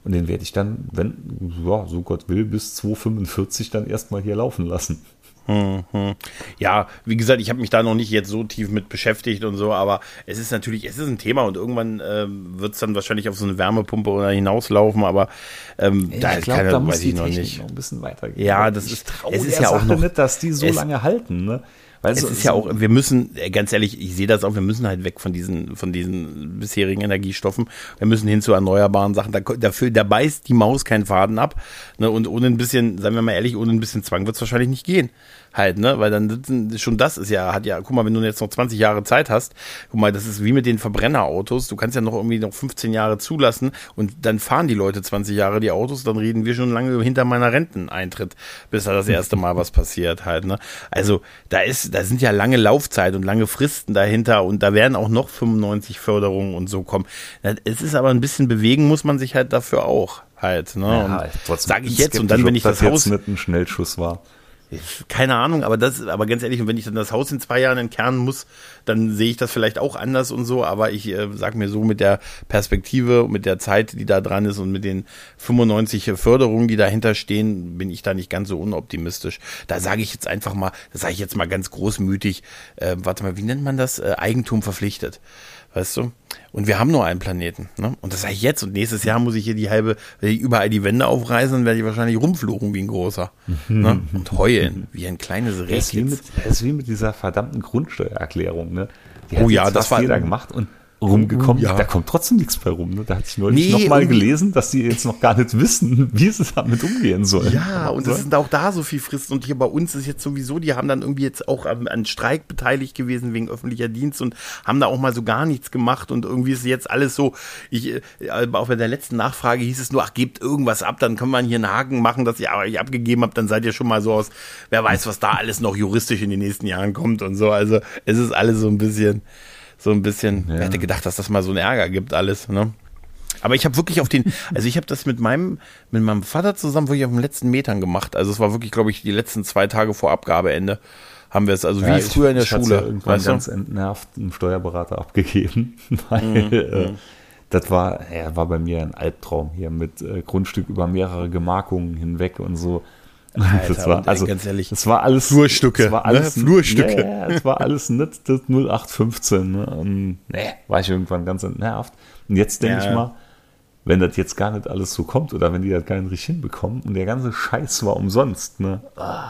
Und den werde ich dann, wenn, ja, so Gott will, bis zweitausendfünfundvierzig dann erstmal hier laufen lassen. Hm, hm. Ja, wie gesagt, ich habe mich da noch nicht jetzt so tief mit beschäftigt und so, aber es ist natürlich, es ist ein Thema und irgendwann ähm, wird es dann wahrscheinlich auf so eine Wärmepumpe oder hinauslaufen, aber ähm, Ich da glaub, keine, da muss weiß die ich noch Technik nicht. noch ein bisschen weitergehen. Ja, das Ich ist, traue es ist der ja auch Sache noch, nicht, dass die so es- lange halten, ne? Weil es so- ist ja so- auch, wir müssen, äh, ganz ehrlich, ich sehe das auch, wir müssen halt weg von diesen, von diesen bisherigen Energiestoffen. Wir müssen hin zu erneuerbaren Sachen. Da, dafür, da beißt die Maus keinen Faden ab. Ne? Und ohne ein bisschen, seien wir mal ehrlich, ohne ein bisschen Zwang wird es wahrscheinlich nicht gehen. Halt, ne, weil dann sitzen- schon das ist ja, hat ja, guck mal, wenn du jetzt noch zwanzig Jahre Zeit hast, guck mal, das ist wie mit den Verbrennerautos, du kannst ja noch irgendwie noch fünfzehn Jahre zulassen und dann fahren die Leute zwanzig Jahre die Autos, dann reden wir schon lange hinter meiner Renteneintritt, bis da das erste Mal was passiert halt, ne. Also, da ist, da sind ja lange Laufzeit und lange Fristen dahinter und da werden auch noch fünfundneunzig Förderungen und so kommen. Es ist aber ein bisschen bewegen muss man sich halt dafür auch halt, ne. ja, und trotzdem sag ich jetzt und dann, skeptisch, wenn ich ob das Haus jetzt nicht ein Schnellschuss war. keine Ahnung, aber das, aber ganz ehrlich, und wenn ich dann das Haus in zwei Jahren entkernen muss, dann sehe ich das vielleicht auch anders und so, aber ich äh, sag mir so mit der Perspektive, mit der Zeit, die da dran ist und mit den fünfundneunzig Förderungen, die dahinter stehen, bin ich da nicht ganz so unoptimistisch. Da sage ich jetzt einfach mal, das sage ich jetzt mal ganz großmütig, äh, warte mal, wie nennt man das? Äh, Eigentum verpflichtet. Weißt du? Und wir haben nur einen Planeten, ne? Und das sage ich jetzt. Und nächstes Jahr muss ich hier die halbe, werde ich überall die Wände aufreißen, dann werde ich wahrscheinlich rumfluchen wie ein großer. Ne? Und heulen, wie ein kleines Das ist, wie mit, Rehkitz. das ist wie mit dieser verdammten Grundsteuererklärung, ne? Die Oh hat ja, jetzt das fast war- jeder gemacht und rumgekommen, Oh ja. da kommt trotzdem nichts bei rum. Ne? Da hatte ich neulich Nee, noch mal irgendwie- gelesen, dass die jetzt noch gar nicht wissen, wie sie damit umgehen sollen. Ja, und es sind auch da so viel Fristen. Und hier bei uns ist jetzt sowieso, die haben dann irgendwie jetzt auch an, an Streik beteiligt gewesen wegen öffentlicher Dienst und haben da auch mal so gar nichts gemacht. Und irgendwie ist jetzt alles so, ich, äh, auch bei der letzten Nachfrage hieß es nur, ach, gebt irgendwas ab, dann kann man hier einen Haken machen, dass ihr euch abgegeben habt, dann seid ihr schon mal so aus, wer weiß, was da alles noch juristisch in den nächsten Jahren kommt und so. Also es ist alles so ein bisschen, so ein bisschen, Ja. wer hätte gedacht, dass das mal so einen Ärger gibt, alles, ne? Aber ich habe wirklich auf den, also ich habe das mit meinem, mit meinem Vater zusammen wirklich auf den letzten Metern gemacht. Also es war wirklich, glaube ich, die letzten zwei Tage vor Abgabeende haben wir es, also wie Ja, ich- früher in der ich hat's Schule. Ja irgendwann weißt du? ganz entnervt einen Steuerberater abgegeben, weil Mhm, äh, das war, ja, war bei mir ein Albtraum hier mit äh, Grundstück über mehrere Gemarkungen hinweg und so. Alter, das war, und ey, also, ganz ehrlich, das war alles Flurstücke, das war ne? alles, Flurstücke. Ja, ja, es war alles nicht das null acht fünfzehn. Ne? Und, nee, war ich irgendwann ganz entnervt. Und jetzt denke Ja. ich mal, wenn das jetzt gar nicht alles so kommt oder wenn die das gar nicht richtig hinbekommen und der ganze Scheiß war umsonst, ne?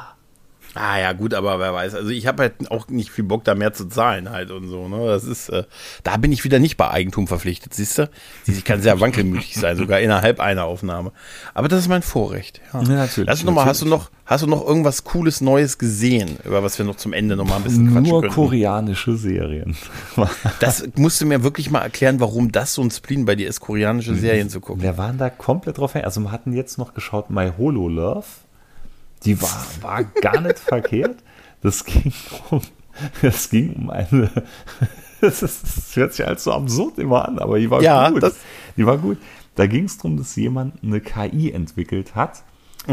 Ah ja, gut, aber wer weiß. Also ich habe halt auch nicht viel Bock, da mehr zu zahlen halt und so. Ne? Das ist, äh, da bin ich wieder nicht bei Eigentum verpflichtet, siehst du? Ich kann sehr wankelmütig sein, sogar innerhalb einer Aufnahme. Aber das ist mein Vorrecht. Ja, Ja, natürlich, Lass uns noch mal, hast du natürlich. noch, hast du noch irgendwas Cooles Neues gesehen, über was wir noch zum Ende noch mal ein bisschen quatschen Nur können? koreanische Serien. Das musst du mir wirklich mal erklären, warum das so ein Spleen bei dir ist, koreanische Serien zu gucken. Wir waren da komplett drauf her. Also wir hatten jetzt noch geschaut, My Holo Love. Die war, war gar nicht verkehrt. Das ging um, das ging um eine, das, ist, das hört sich halt so absurd immer an, aber die war Ja, gut. das- Die war gut. Da ging es darum, dass jemand eine K I entwickelt hat,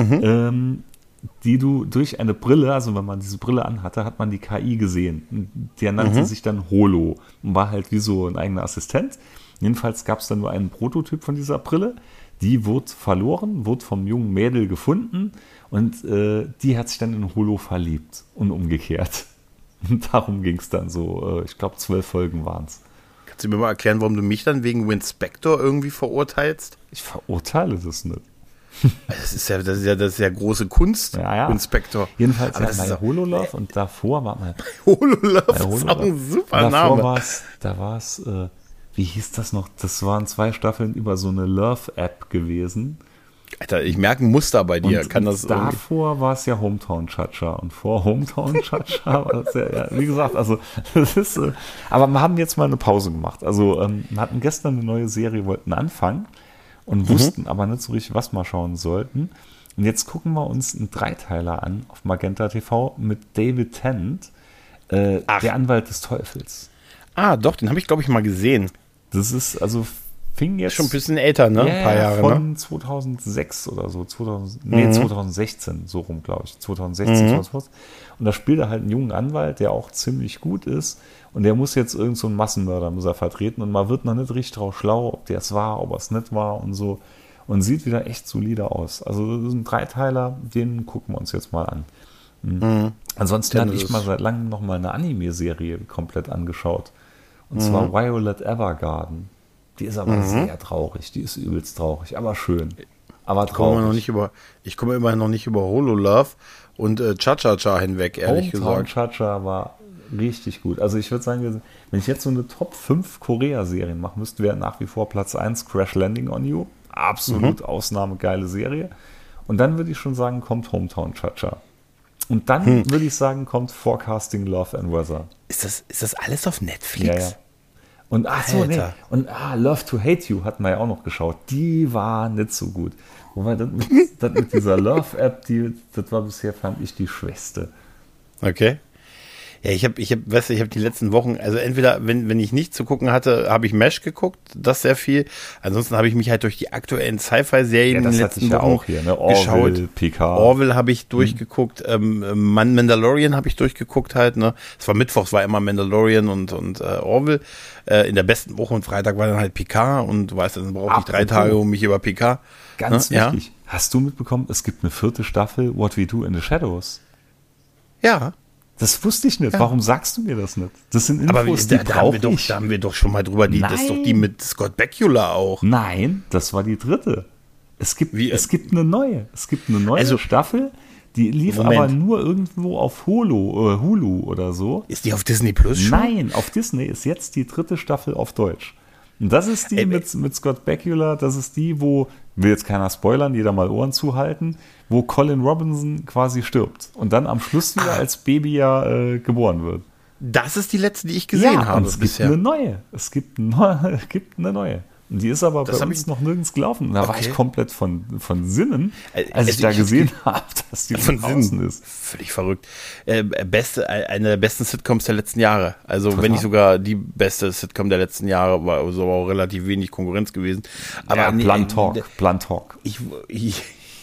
ähm, die du durch eine Brille, also wenn man diese Brille anhatte, hat man die K I gesehen. Der nannte sich dann Holo und war halt wie so ein eigener Assistent. Jedenfalls gab es dann nur einen Prototyp von dieser Brille. Die wurde verloren, wurde vom jungen Mädel gefunden und äh, die hat sich dann in Holo verliebt und umgekehrt. Und darum ging es dann so, äh, ich glaube zwölf Folgen waren es. Kannst du mir mal erklären, warum du mich dann wegen Winspector irgendwie verurteilst? Ich verurteile das nicht. Das ist ja, das ist ja, das ist ja große Kunst, Ja, ja. Winspector. Jedenfalls Aber ja, das ist bei auch- Hololove und davor war mal Hololove bei ist Hololove. auch ein super Und davor Name. war's, da war es, äh, wie hieß das noch? Das waren zwei Staffeln über so eine Love-App gewesen. Alter, ich merke ein Muster bei dir. Und Kann das irgendwie- davor war es ja Hometown Chacha und vor Hometown Chacha war das ja, ja, wie gesagt, also das ist, äh, aber wir haben jetzt mal eine Pause gemacht. Also ähm, wir hatten gestern eine neue Serie, wollten anfangen und Mhm. wussten aber nicht so richtig, was wir schauen sollten. Und jetzt gucken wir uns einen Dreiteiler an auf Magenta T V mit David Tennant, äh, Ach. der Anwalt des Teufels. Ah, doch, den habe ich, glaube ich, mal gesehen. Das ist, also fing jetzt Schon ein bisschen älter, ne? Ja, Ein paar Jahre, von ne? zweitausendsechs oder so, zweitausend, nee, Mhm. zweitausendsechzehn, so rum, glaube ich, zweitausendsechzehn, zweitausendzwanzig. Und da spielt er halt einen jungen Anwalt, der auch ziemlich gut ist und der muss jetzt irgend so einen Massenmörder muss er vertreten und man wird noch nicht richtig drauf schlau, ob der es war, ob er es nicht war und so. und sieht wieder echt solide aus. Also das ist ein Dreiteiler, den gucken wir uns jetzt mal an. Mhm. Mhm. Ansonsten hatte ich mal seit langem noch mal eine Anime-Serie komplett angeschaut. Und mhm. zwar Violet Evergarden. Die ist aber mhm. sehr traurig. Die ist übelst traurig, aber schön. Aber traurig. Ich komme noch nicht über, ich komme immer noch nicht über Hololove und äh, Cha-Cha-Cha hinweg, ehrlich Hometown gesagt. Cha-Cha war richtig gut. Also ich würde sagen, wenn ich jetzt so eine Top fünf Korea-Serien mache, müssten wir nach wie vor Platz eins Crash Landing on You. Absolut mhm. ausnahmegeile Serie. Und dann würde ich schon sagen, kommt Hometown Cha-Cha. Und dann hm. würde ich sagen, kommt Forecasting Love and Weather. Ist das, ist das alles auf Netflix? Ja, ja. Und ach so, nee. Und ah, Love to Hate You hatten wir ja auch noch geschaut. Die war nicht so gut. Wobei das mit, das mit dieser Love-App, die, das war bisher, fand ich, die schwächste. Okay. Ja, ich habe, ich habe, weißt du, ich habe die letzten Wochen, also entweder, wenn, wenn ich nichts zu gucken hatte, habe ich MASH geguckt, das sehr viel. Ansonsten habe ich mich halt durch die aktuellen Sci-Fi-Serien ja, in den letzten Wochen ja auch hier, ne? Orville, geschaut. P K. Orville habe ich durchgeguckt, mhm. ähm, Mandalorian habe ich durchgeguckt halt, ne. Es war Mittwochs, war immer Mandalorian und, und äh, Orville. Äh, in der besten Woche und Freitag war dann halt P K und du weißt, dann brauche ich drei Tage um mich über P K. Ganz ne? wichtig. Ja? Hast du mitbekommen, es gibt eine vierte Staffel What We Do in the Shadows? Ja. Das wusste ich nicht. Ja. Warum sagst du mir das nicht? Das sind Infos, aber wie, die da, da, haben wir doch, da haben wir doch schon mal drüber. Die, das ist doch die mit Scott Bakula auch. Nein, das war die dritte. Es gibt, wie, es gibt eine neue. Es gibt eine neue also, Staffel, die lief Moment. aber nur irgendwo auf Hulu, äh, Hulu oder so. Ist die auf Disney Plus schon? Nein, auf Disney ist jetzt die dritte Staffel auf Deutsch. Und das ist die Ey, mit, mit Scott Bakula, das ist die, wo, will jetzt keiner spoilern, jeder mal Ohren zuhalten, wo Colin Robinson quasi stirbt und dann am Schluss wieder ah. als Baby ja äh, geboren wird. Das ist die letzte, die ich gesehen ja, habe. Und es bisher. gibt eine neue. Es gibt, ne, gibt eine neue. Und die ist aber das bei uns ich, noch nirgends gelaufen. Und da okay. war ich komplett von, von Sinnen, als also ich da ich, gesehen habe, dass die von draußen ist. Völlig verrückt. Äh, beste, eine der besten Sitcoms der letzten Jahre. Also Total. wenn nicht sogar die beste Sitcom der letzten Jahre, war so auch relativ wenig Konkurrenz gewesen. Aber ja, nee, Blunt Talk. Äh, Blunt Talk. Ich, ich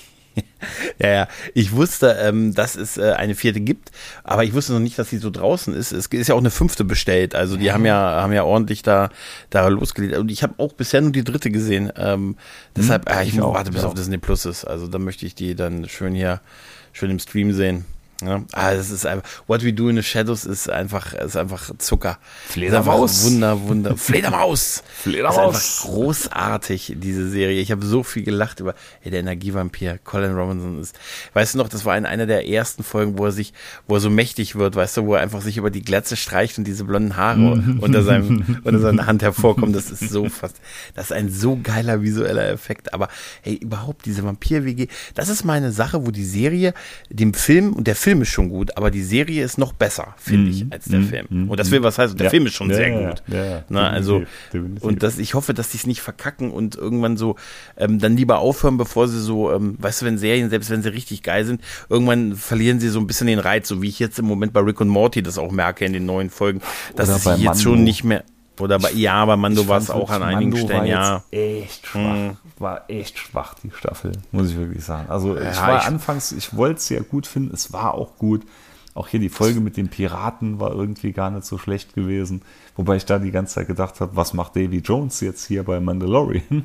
ja, ja, ich wusste, ähm, dass es äh, eine vierte gibt, aber ich wusste noch nicht, dass sie so draußen ist. Es ist ja auch eine fünfte bestellt, also die ja. haben ja haben ja ordentlich da da losgelegt. Und ich habe auch bisher nur die dritte gesehen. Ähm, deshalb, hm, äh, ich, ich warte, bis ja. auf Disney Plus ist. Also da möchte ich die dann schön hier, schön im Stream sehen. Ja, ah, das ist einfach, What We Do in the Shadows ist einfach, ist einfach Zucker. Fledermaus. Wunder, Wunder. Fledermaus. Fledermaus. Das ist einfach großartig, diese Serie. Ich habe so viel gelacht über, ey, der Energievampir, Colin Robinson ist, weißt du noch, das war in einer der ersten Folgen, wo er sich, wo er so mächtig wird, weißt du, wo er einfach sich über die Glatze streicht und diese blonden Haare unter seinem, unter seiner Hand hervorkommen. Das ist so fast, das ist ein so geiler visueller Effekt. Aber, hey, überhaupt diese Vampir-W G, das ist mal eine Sache, wo die Serie dem Film, und der Film ist schon gut, aber die Serie ist noch besser, finde ich, als der mm, Film. Mm, und das will was heißen, der ja. Film ist schon ja, sehr ja, gut. Ja, ja, Na, also, definitiv. Und das, ich hoffe, dass die es nicht verkacken und irgendwann so ähm, dann lieber aufhören, bevor sie so, ähm, weißt du, wenn Serien, selbst wenn sie richtig geil sind, irgendwann verlieren sie so ein bisschen den Reiz, so wie ich jetzt im Moment bei Rick und Morty das auch merke in den neuen Folgen, dass sie jetzt Mando. schon nicht mehr. Oder bei, ja, bei Mando war es auch an einigen Mando Stellen, ja. Echt schwach. Hm. War echt schwach, die Staffel, muss ich wirklich sagen. Also ja, ich war ich, anfangs, ich wollte es sehr gut finden, es war auch gut. Auch hier die Folge mit den Piraten war irgendwie gar nicht so schlecht gewesen. Wobei ich da die ganze Zeit gedacht habe, was macht Davy Jones jetzt hier bei Mandalorian?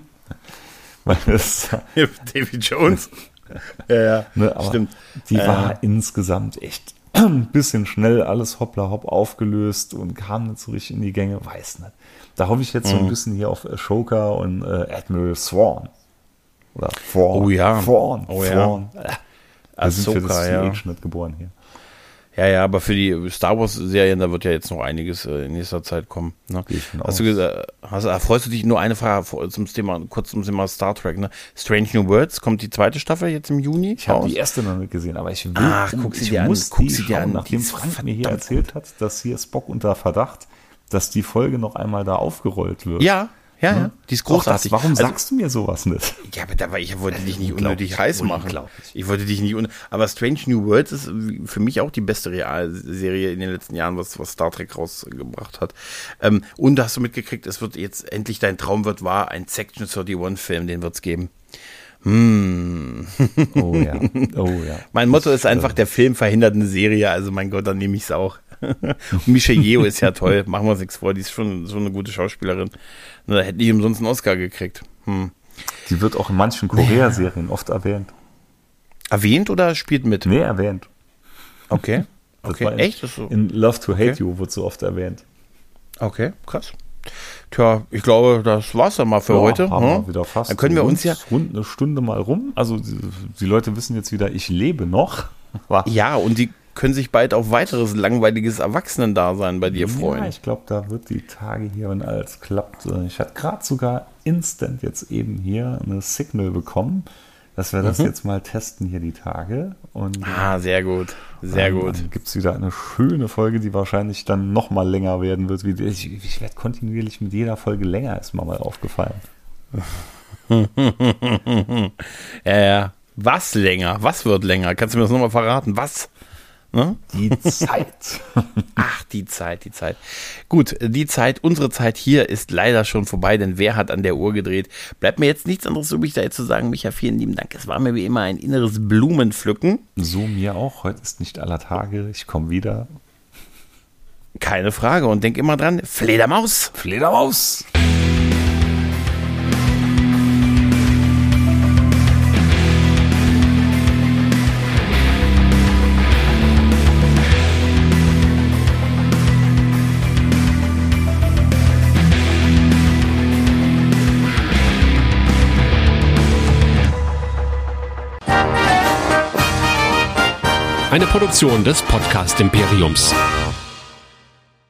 Weil das Davy Jones? ja, ja, ne, stimmt. Die äh. war insgesamt echt ein bisschen schnell alles hoppla hopp aufgelöst und kam nicht so richtig in die Gänge, weiß nicht. Da hoffe ich jetzt mhm. so ein bisschen hier auf Ashoka und äh, Admiral Thrawn. Oder Thrawn. Oh ja. Thrawn. Oh Thrawn. ja. Wir Ahsoka, sind für das ja. Age nicht geboren hier. Ja, ja, aber für die Star Wars Serien, da wird ja jetzt noch einiges äh, in nächster Zeit kommen. Ne? Hast du gesagt, hast, freust du dich, nur eine Frage zum Thema, kurz zum Thema Star Trek, ne? Strange New Worlds, kommt die zweite Staffel jetzt im Juni? Ich habe die erste noch nicht gesehen, aber ich will, Ach, guck sie dir an, guck sie dir an, nachdem Frank mir hier erzählt gut. hat, dass hier Spock unter Verdacht, dass die Folge noch einmal da aufgerollt wird. Ja, ja, ja. Die ist großartig. Warum also, sagst du mir sowas nicht? Ja, aber da war, ich wollte dich nicht unnötig heiß machen. Ich wollte dich nicht unnötig. Aber Strange New Worlds ist für mich auch die beste Realserie in den letzten Jahren, was, was Star Trek rausgebracht hat. Ähm, und hast du mitgekriegt, es wird jetzt endlich, dein Traum wird wahr, ein Section einunddreißig Film, den wird's geben. Hm. Oh ja, oh ja. Mein Motto ist einfach, der Film verhindert eine Serie, also mein Gott, dann nehme ich es auch. Und Michelle Yeoh ist ja toll, machen wir uns nichts vor, die ist schon so eine gute Schauspielerin. Da hätte ich umsonst einen Oscar gekriegt. Hm. Die wird auch in manchen Korea-Serien oft erwähnt. Erwähnt oder spielt mit? Nee, erwähnt. Okay. Das Okay, war in, echt? Das ist so. In Love to Hate Okay. You wird so oft erwähnt. Okay, krass. Tja, ich glaube, das war's dann mal für Ja, heute. haben hm? wir wieder fast Dann können wir rund, uns ja. rund eine Stunde mal rum. Also die, die Leute wissen jetzt wieder, ich lebe noch. War- Ja, und die können sich bald auf weiteres langweiliges Erwachsenendasein bei dir freuen. Ja, ich glaube, da wird die Tage hier, wenn alles klappt. äh, Ich hatte gerade sogar instant jetzt eben hier eine Signal bekommen, dass wir das Mhm. jetzt mal testen hier die Tage. Und äh, Ah, sehr gut. Sehr dann, gut. Dann gibt es wieder eine schöne Folge, die wahrscheinlich dann noch mal länger werden wird. Wie, ich ich werde kontinuierlich mit jeder Folge länger, ist mir mal aufgefallen. Ja, ja. Was länger? Was wird länger? Kannst du mir das nochmal verraten? Was? Ne? Die Zeit. Ach, die Zeit, die Zeit. Gut, die Zeit, unsere Zeit hier ist leider schon vorbei, denn wer hat an der Uhr gedreht? Bleibt mir jetzt nichts anderes übrig, da jetzt zu sagen, Micha, vielen lieben Dank. Es war mir wie immer ein inneres Blumenpflücken. So mir auch. Heute ist nicht aller Tage. Ich komme wieder. Keine Frage. Und denk immer dran, Fledermaus. Fledermaus! Eine Produktion des Podcast Imperiums.